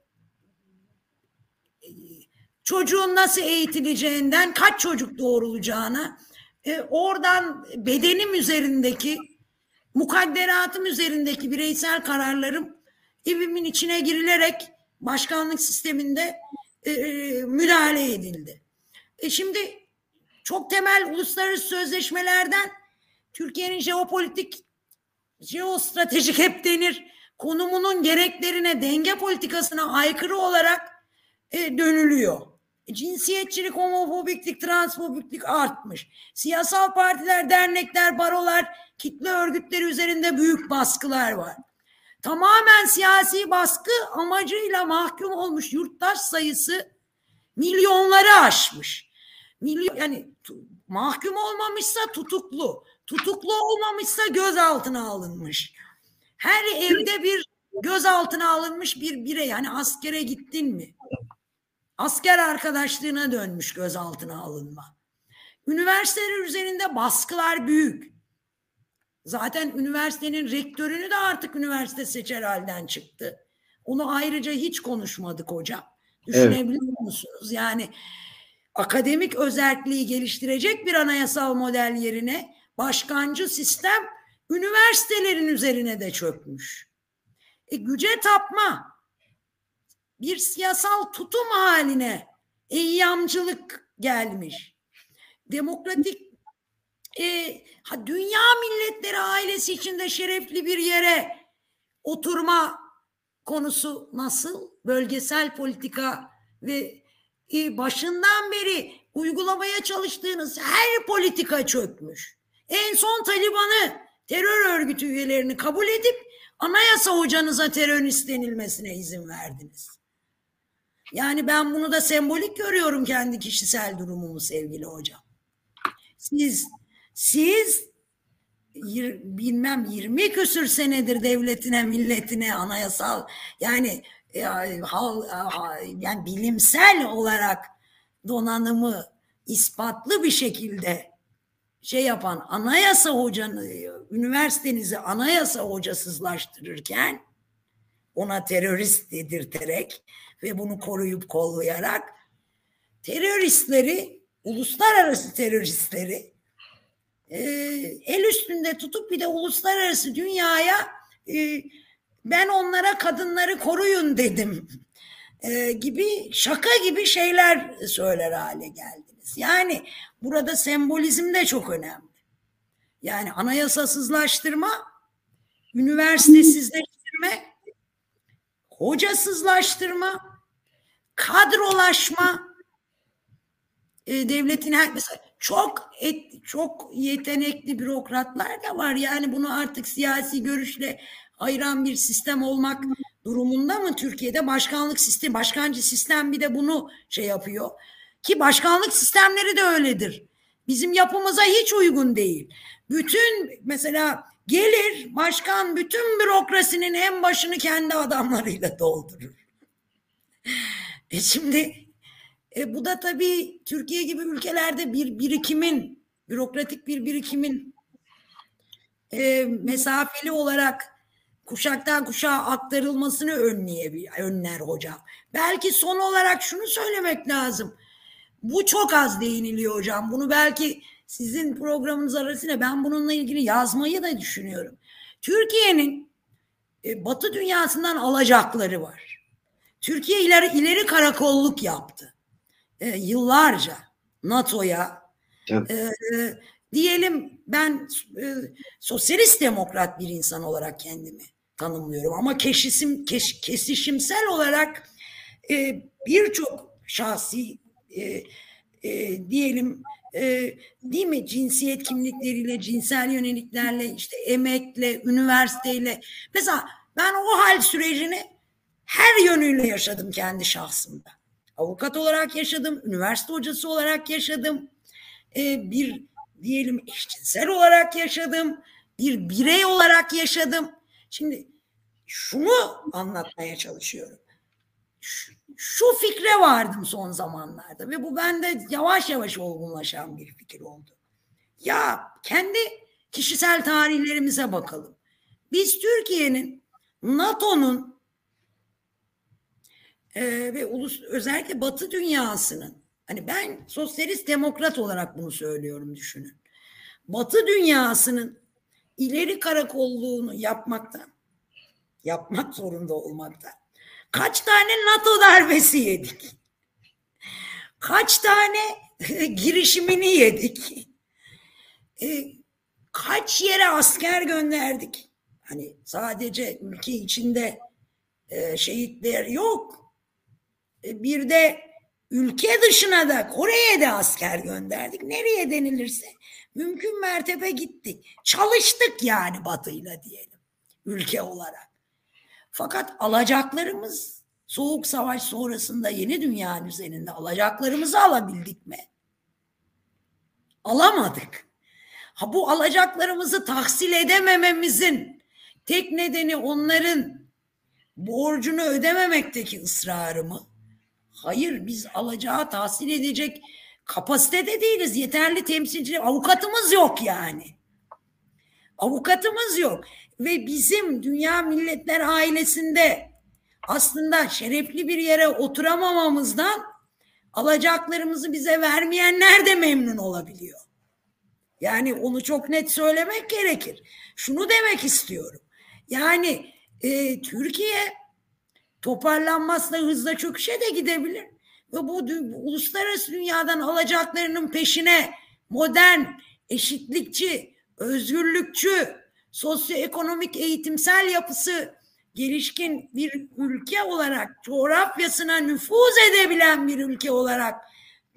çocuğun nasıl eğitileceğinden, kaç çocuk doğurulacağına, e, oradan bedenim üzerindeki, mukadderatım üzerindeki bireysel kararlarım evimin içine girilerek başkanlık sisteminde e, müdahale edildi. E şimdi çok temel uluslararası sözleşmelerden Türkiye'nin jeopolitik, jeostratejik hep denir, konumunun gereklerine, denge politikasına aykırı olarak e, dönülüyor. Cinsiyetçilik, homofobiklik, transfobiklik artmış. Siyasal partiler, dernekler, barolar, kitle örgütleri üzerinde büyük baskılar var. Tamamen siyasi baskı amacıyla mahkum olmuş yurttaş sayısı milyonları aşmış. Milyon, yani mahkum olmamışsa tutuklu, tutuklu olmamışsa gözaltına alınmış. Her evde bir gözaltına alınmış bir birey. Yani askere gittin mi? Asker arkadaşlığına dönmüş gözaltına alınma. Üniversiteler üzerinde baskılar büyük. Zaten üniversitenin rektörünü de artık üniversite seçer halden çıktı. Onu ayrıca hiç konuşmadık hocam. Düşünebiliyor evet. musunuz? Yani akademik özerkliği geliştirecek bir anayasal model yerine başkancı sistem üniversitelerin üzerine de çökmüş. E, güce tapma, bir siyasal tutum haline eyyamcılık gelmiş. Demokratik e, ha, dünya milletleri ailesi içinde şerefli bir yere oturma konusu nasıl? Bölgesel politika ve e, başından beri uygulamaya çalıştığınız her politika çökmüş. En son Taliban'ı, terör örgütü üyelerini kabul edip anayasa hocanıza terörist denilmesine izin verdiniz. Yani ben bunu da sembolik görüyorum kendi kişisel durumumu sevgili hocam. Siz, siz bilmem yirmi küsür senedir devletine, milletine, anayasal yani yani bilimsel olarak donanımı ispatlı bir şekilde şey yapan anayasa hocanı, üniversitenizi anayasa hocasızlaştırırken ona terörist dedirterek ve bunu koruyup kollayarak teröristleri, uluslararası teröristleri e, el üstünde tutup bir de uluslararası dünyaya e, ben onlara kadınları koruyun dedim e, gibi şaka gibi şeyler söyler hale geldiniz. Yani burada sembolizm de çok önemli. Yani anayasasızlaştırma, üniversitesizleştirme, hocasızlaştırma, kadrolaşma, e, devletin her mesela çok et, çok yetenekli bürokratlar da var. Yani bunu artık siyasi görüşle ayıran bir sistem olmak durumunda mı Türkiye'de? Başkanlık sistemi, başkancı sistem bir de bunu şey yapıyor. Ki başkanlık sistemleri de öyledir. Bizim yapımıza hiç uygun değil. Bütün mesela gelir başkan bütün bürokrasinin en başını kendi adamlarıyla doldurur. E şimdi e bu da tabii Türkiye gibi ülkelerde bir birikimin, bürokratik bir birikimin e, mesafeli olarak kuşaktan kuşağa aktarılmasını önleyebilir, önler hocam. Belki son olarak şunu söylemek lazım. Bu çok az değiniliyor hocam. Bunu belki sizin programınız arasında ben bununla ilgili yazmayı da düşünüyorum. Türkiye'nin e, Batı dünyasından alacakları var. Türkiye ileri, ileri karakolluk yaptı. E, yıllarca NATO'ya evet. e, e, diyelim ben e, sosyalist demokrat bir insan olarak kendimi tanımlıyorum ama keşisim, keş, kesişimsel olarak e, birçok şahsi e, e, diyelim e, değil mi cinsiyet kimlikleriyle, cinsel yöneliklerle, işte emekle, üniversiteyle mesela ben o hal sürecini her yönüyle yaşadım kendi şahsımda. Avukat olarak yaşadım, üniversite hocası olarak yaşadım, e, bir diyelim eşcinsel olarak yaşadım, bir birey olarak yaşadım. Şimdi şunu anlatmaya çalışıyorum. Şu, şu fikre vardım son zamanlarda ve bu bende yavaş yavaş olgunlaşan bir fikir oldu. Ya kendi kişisel tarihlerimize bakalım. Biz Türkiye'nin NATO'nun e, ve ulus, özellikle Batı dünyasının, hani ben sosyalist demokrat olarak bunu söylüyorum düşünün. Batı dünyasının ileri karakolluğunu yapmaktan, yapmak zorunda olmaktan kaç tane NATO darbesi yedik? Kaç tane girişimini yedik? E, kaç yere asker gönderdik? Hani sadece ülke içinde e, şehitler yok. E, bir de ülke dışına da Kore'ye de asker gönderdik. Nereye denilirse mümkün mertebe gittik. Çalıştık yani Batı'yla diyelim ülke olarak. Fakat alacaklarımız Soğuk Savaş sonrasında yeni dünyanın üzerinde alacaklarımızı alabildik mi? Alamadık. Ha, bu alacaklarımızı tahsil edemememizin tek nedeni onların borcunu ödememekteki ısrarı mı? Hayır, biz alacağı tahsil edecek kapasitede değiliz. Yeterli temsilci, avukatımız yok yani. Avukatımız yok. Ve bizim dünya milletler ailesinde aslında şerefli bir yere oturamamamızdan alacaklarımızı bize vermeyenler de memnun olabiliyor. Yani onu çok net söylemek gerekir. Şunu demek istiyorum. Yani e, Türkiye toparlanmazsa hızla çöküşe de gidebilir. Ve bu, bu uluslararası dünyadan alacaklarının peşine modern, eşitlikçi, özgürlükçü, sosyoekonomik eğitimsel yapısı gelişkin bir ülke olarak, coğrafyasına nüfuz edebilen bir ülke olarak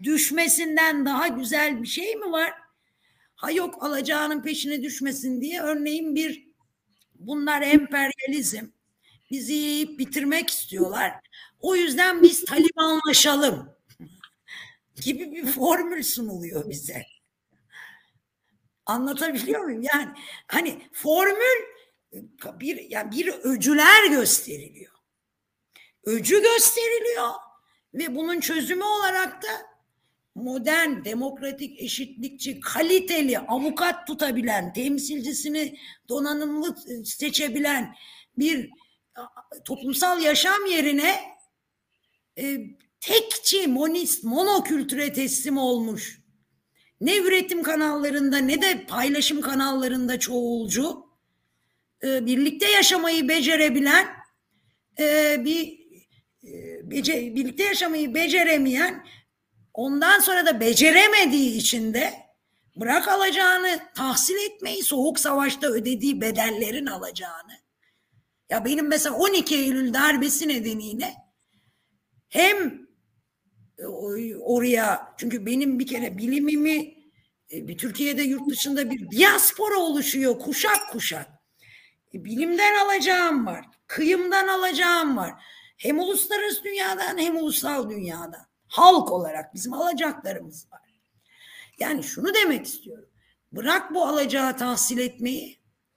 düşmesinden daha güzel bir şey mi var? Ha yok, alacağının peşine düşmesin diye örneğin bir, bunlar emperyalizm, bizi yiyip bitirmek istiyorlar. O yüzden biz Talibanlaşalım gibi bir formül sunuluyor bize. Anlatabiliyor muyum? Yani hani formül bir, yani bir öcüler gösteriliyor. Öcü gösteriliyor ve bunun çözümü olarak da modern, demokratik, eşitlikçi, kaliteli, avukat tutabilen, temsilcisini donanımlı seçebilen bir toplumsal yaşam yerine e, tekçi, monist, monokültüre teslim olmuş, ne üretim kanallarında ne de paylaşım kanallarında çoğulcu, e, birlikte yaşamayı becerebilen e, bir e, bece, birlikte yaşamayı beceremeyen, ondan sonra da beceremediği için de bırak alacağını, tahsil etmeyi, soğuk savaşta ödediği bedellerin alacağını. Ya benim mesela on iki Eylül darbesi nedeniyle hem oraya, çünkü benim bir kere bilimimi bir Türkiye'de, yurt dışında bir diaspora oluşuyor kuşak kuşak. Bilimden alacağım var, kıyımdan alacağım var. Hem uluslararası dünyadan hem ulusal dünyadan. Halk olarak bizim alacaklarımız var. Yani şunu demek istiyorum. Bırak bu alacağı tahsil etmeyi,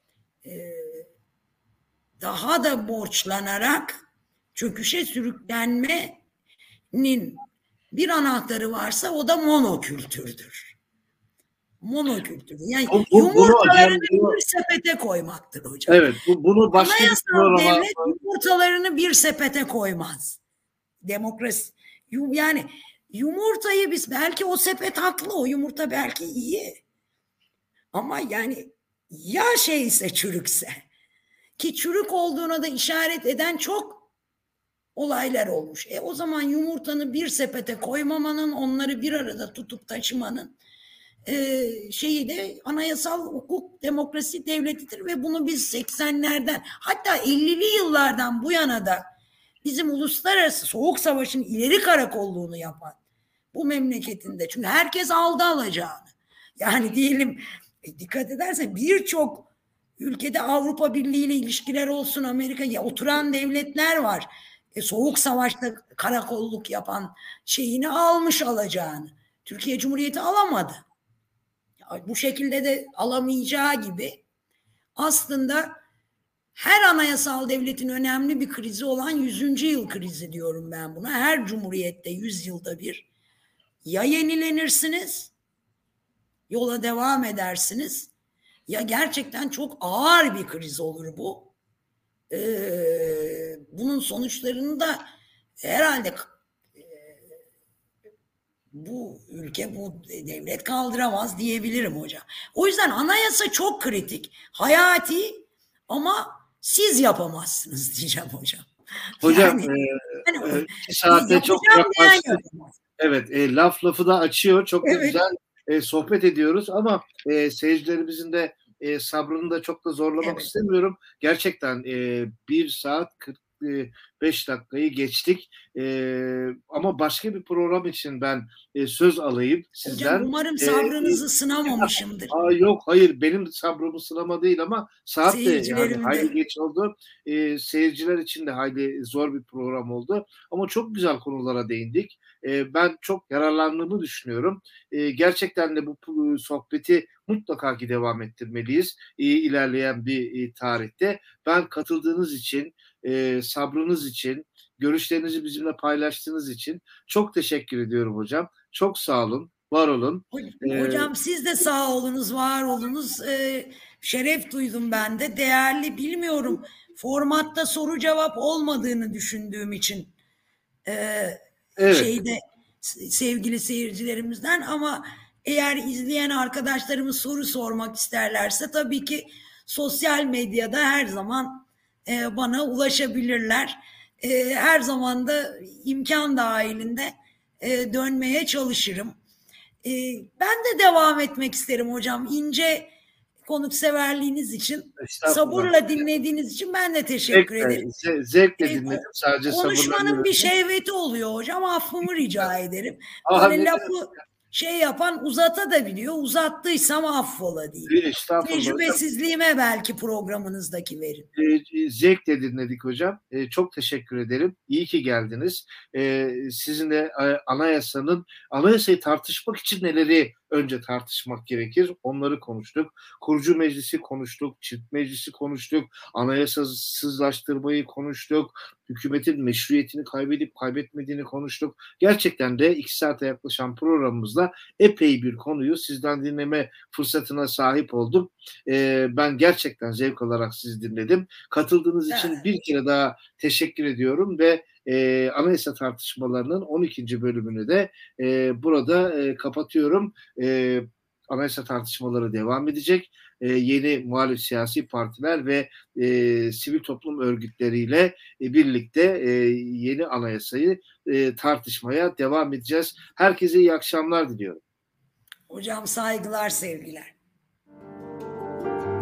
daha da borçlanarak çöküşe sürüklenmenin bir anahtarı varsa o da monokültürdür. Monokültür. Yani bu, bu, yumurtalarını bunu, bir sepete koymaktır hocam. Evet, bu, bunu başka bir programa... devlet yumurtalarını bir sepete koymaz. Demokrasi. Yani yumurtayı biz, belki o sepet haklı, o yumurta belki iyi. Ama yani ya şeyse, çürükse, ki çürük olduğuna da işaret eden çok olaylar olmuş. E o zaman yumurtanı bir sepete koymamanın, onları bir arada tutup taşımanın e, şeyi de anayasal hukuk, demokrasi devletidir ve bunu biz seksenlerden, hatta ellili yıllardan bu yana da bizim uluslararası soğuk savaşın ileri karakolluğunu yapan bu memleketinde, çünkü herkes aldı alacağını. Yani diyelim, e, dikkat edersen birçok ülkede Avrupa Birliği ile ilişkiler olsun, Amerika'ya oturan devletler var. E, soğuk savaşta karakolluk yapan şeyini almış alacağını. Türkiye Cumhuriyeti alamadı. Bu şekilde de alamayacağı gibi aslında her anayasal devletin önemli bir krizi olan yüzüncü yıl krizi diyorum ben buna. Her cumhuriyette yüz yılda bir ya yenilenirsiniz, yola devam edersiniz, ya gerçekten çok ağır bir kriz olur bu. Ee, bunun sonuçlarını da herhalde e, bu ülke, bu devlet kaldıramaz diyebilirim hocam. O yüzden anayasa çok kritik, hayati, ama siz yapamazsınız diyeceğim hocam. Hocam yani, e, hani, e, iki saate çok yaklaştık. Evet, e, laf lafı da açıyor. Çok evet. da güzel e, sohbet ediyoruz ama e, seyircilerimizin de e, sabrını da çok da zorlamak evet. istemiyorum. Gerçekten e, bir saat kırk beş dakikayı geçtik. Ee, ama başka bir program için ben e, söz alayım sizden. Hocam umarım sabrınızı ee, sınamamışımdır. Aa, yok hayır, benim sabrımı sınama değil ama saat de yani hayli geç oldu. Ee, seyirciler için de hayli zor bir program oldu. Ama çok güzel konulara değindik. Ee, ben çok yararlandığımı düşünüyorum. Ee, gerçekten de bu sohbeti mutlaka ki devam ettirmeliyiz. Ee, ilerleyen bir e, tarihte. Ben katıldığınız için, e, sabrınız için, görüşlerinizi bizimle paylaştığınız için çok teşekkür ediyorum hocam. Çok sağ olun, var olun. Hocam ee, siz de sağ olunuz, var olunuz. Ee, şeref duydum ben de. Değerli, bilmiyorum, formatta soru cevap olmadığını düşündüğüm için e, evet. şeyde sevgili seyircilerimizden, ama eğer izleyen arkadaşlarımız soru sormak isterlerse tabii ki sosyal medyada her zaman e, bana ulaşabilirler. E, her zaman da imkan dahilinde e, dönmeye çalışırım. E, ben de devam etmek isterim hocam. İnce konukseverliğiniz için, sabırla dinlediğiniz için ben de teşekkür zevkle, ederim. Zevkle dinledim. Sadece konuşmanın bir şehveti oluyor hocam. Affımı rica ederim. Aha, Böyle lafı şey yapan uzata da biliyor. Uzattıysam affola diyeyim. Tecrübesizliğime belki programınızdaki verin. E, zevkle dinledik hocam. E, çok teşekkür ederim. İyi ki geldiniz. E, sizinle e, anayasanın, anayasayı tartışmak için neleri önce tartışmak gerekir? Onları konuştuk. Kurucu meclisi konuştuk. Çift meclisi konuştuk. Anayasasızlaştırmayı konuştuk. Hükümetin meşruiyetini kaybedip kaybetmediğini konuştuk. Gerçekten de iki saate yaklaşan programımızda epey bir konuyu sizden dinleme fırsatına sahip oldum. Ee, ben gerçekten zevk alarak sizi dinledim. Katıldığınız için bir kere daha teşekkür ediyorum ve e, anayasa tartışmalarının on ikinci bölümünü de e, burada e, kapatıyorum. E, anayasa tartışmaları devam edecek. E, yeni muhalif siyasi partiler ve e, sivil toplum örgütleriyle e, birlikte e, yeni anayasayı e, tartışmaya devam edeceğiz. Herkese iyi akşamlar diliyorum. Hocam saygılar, sevgiler.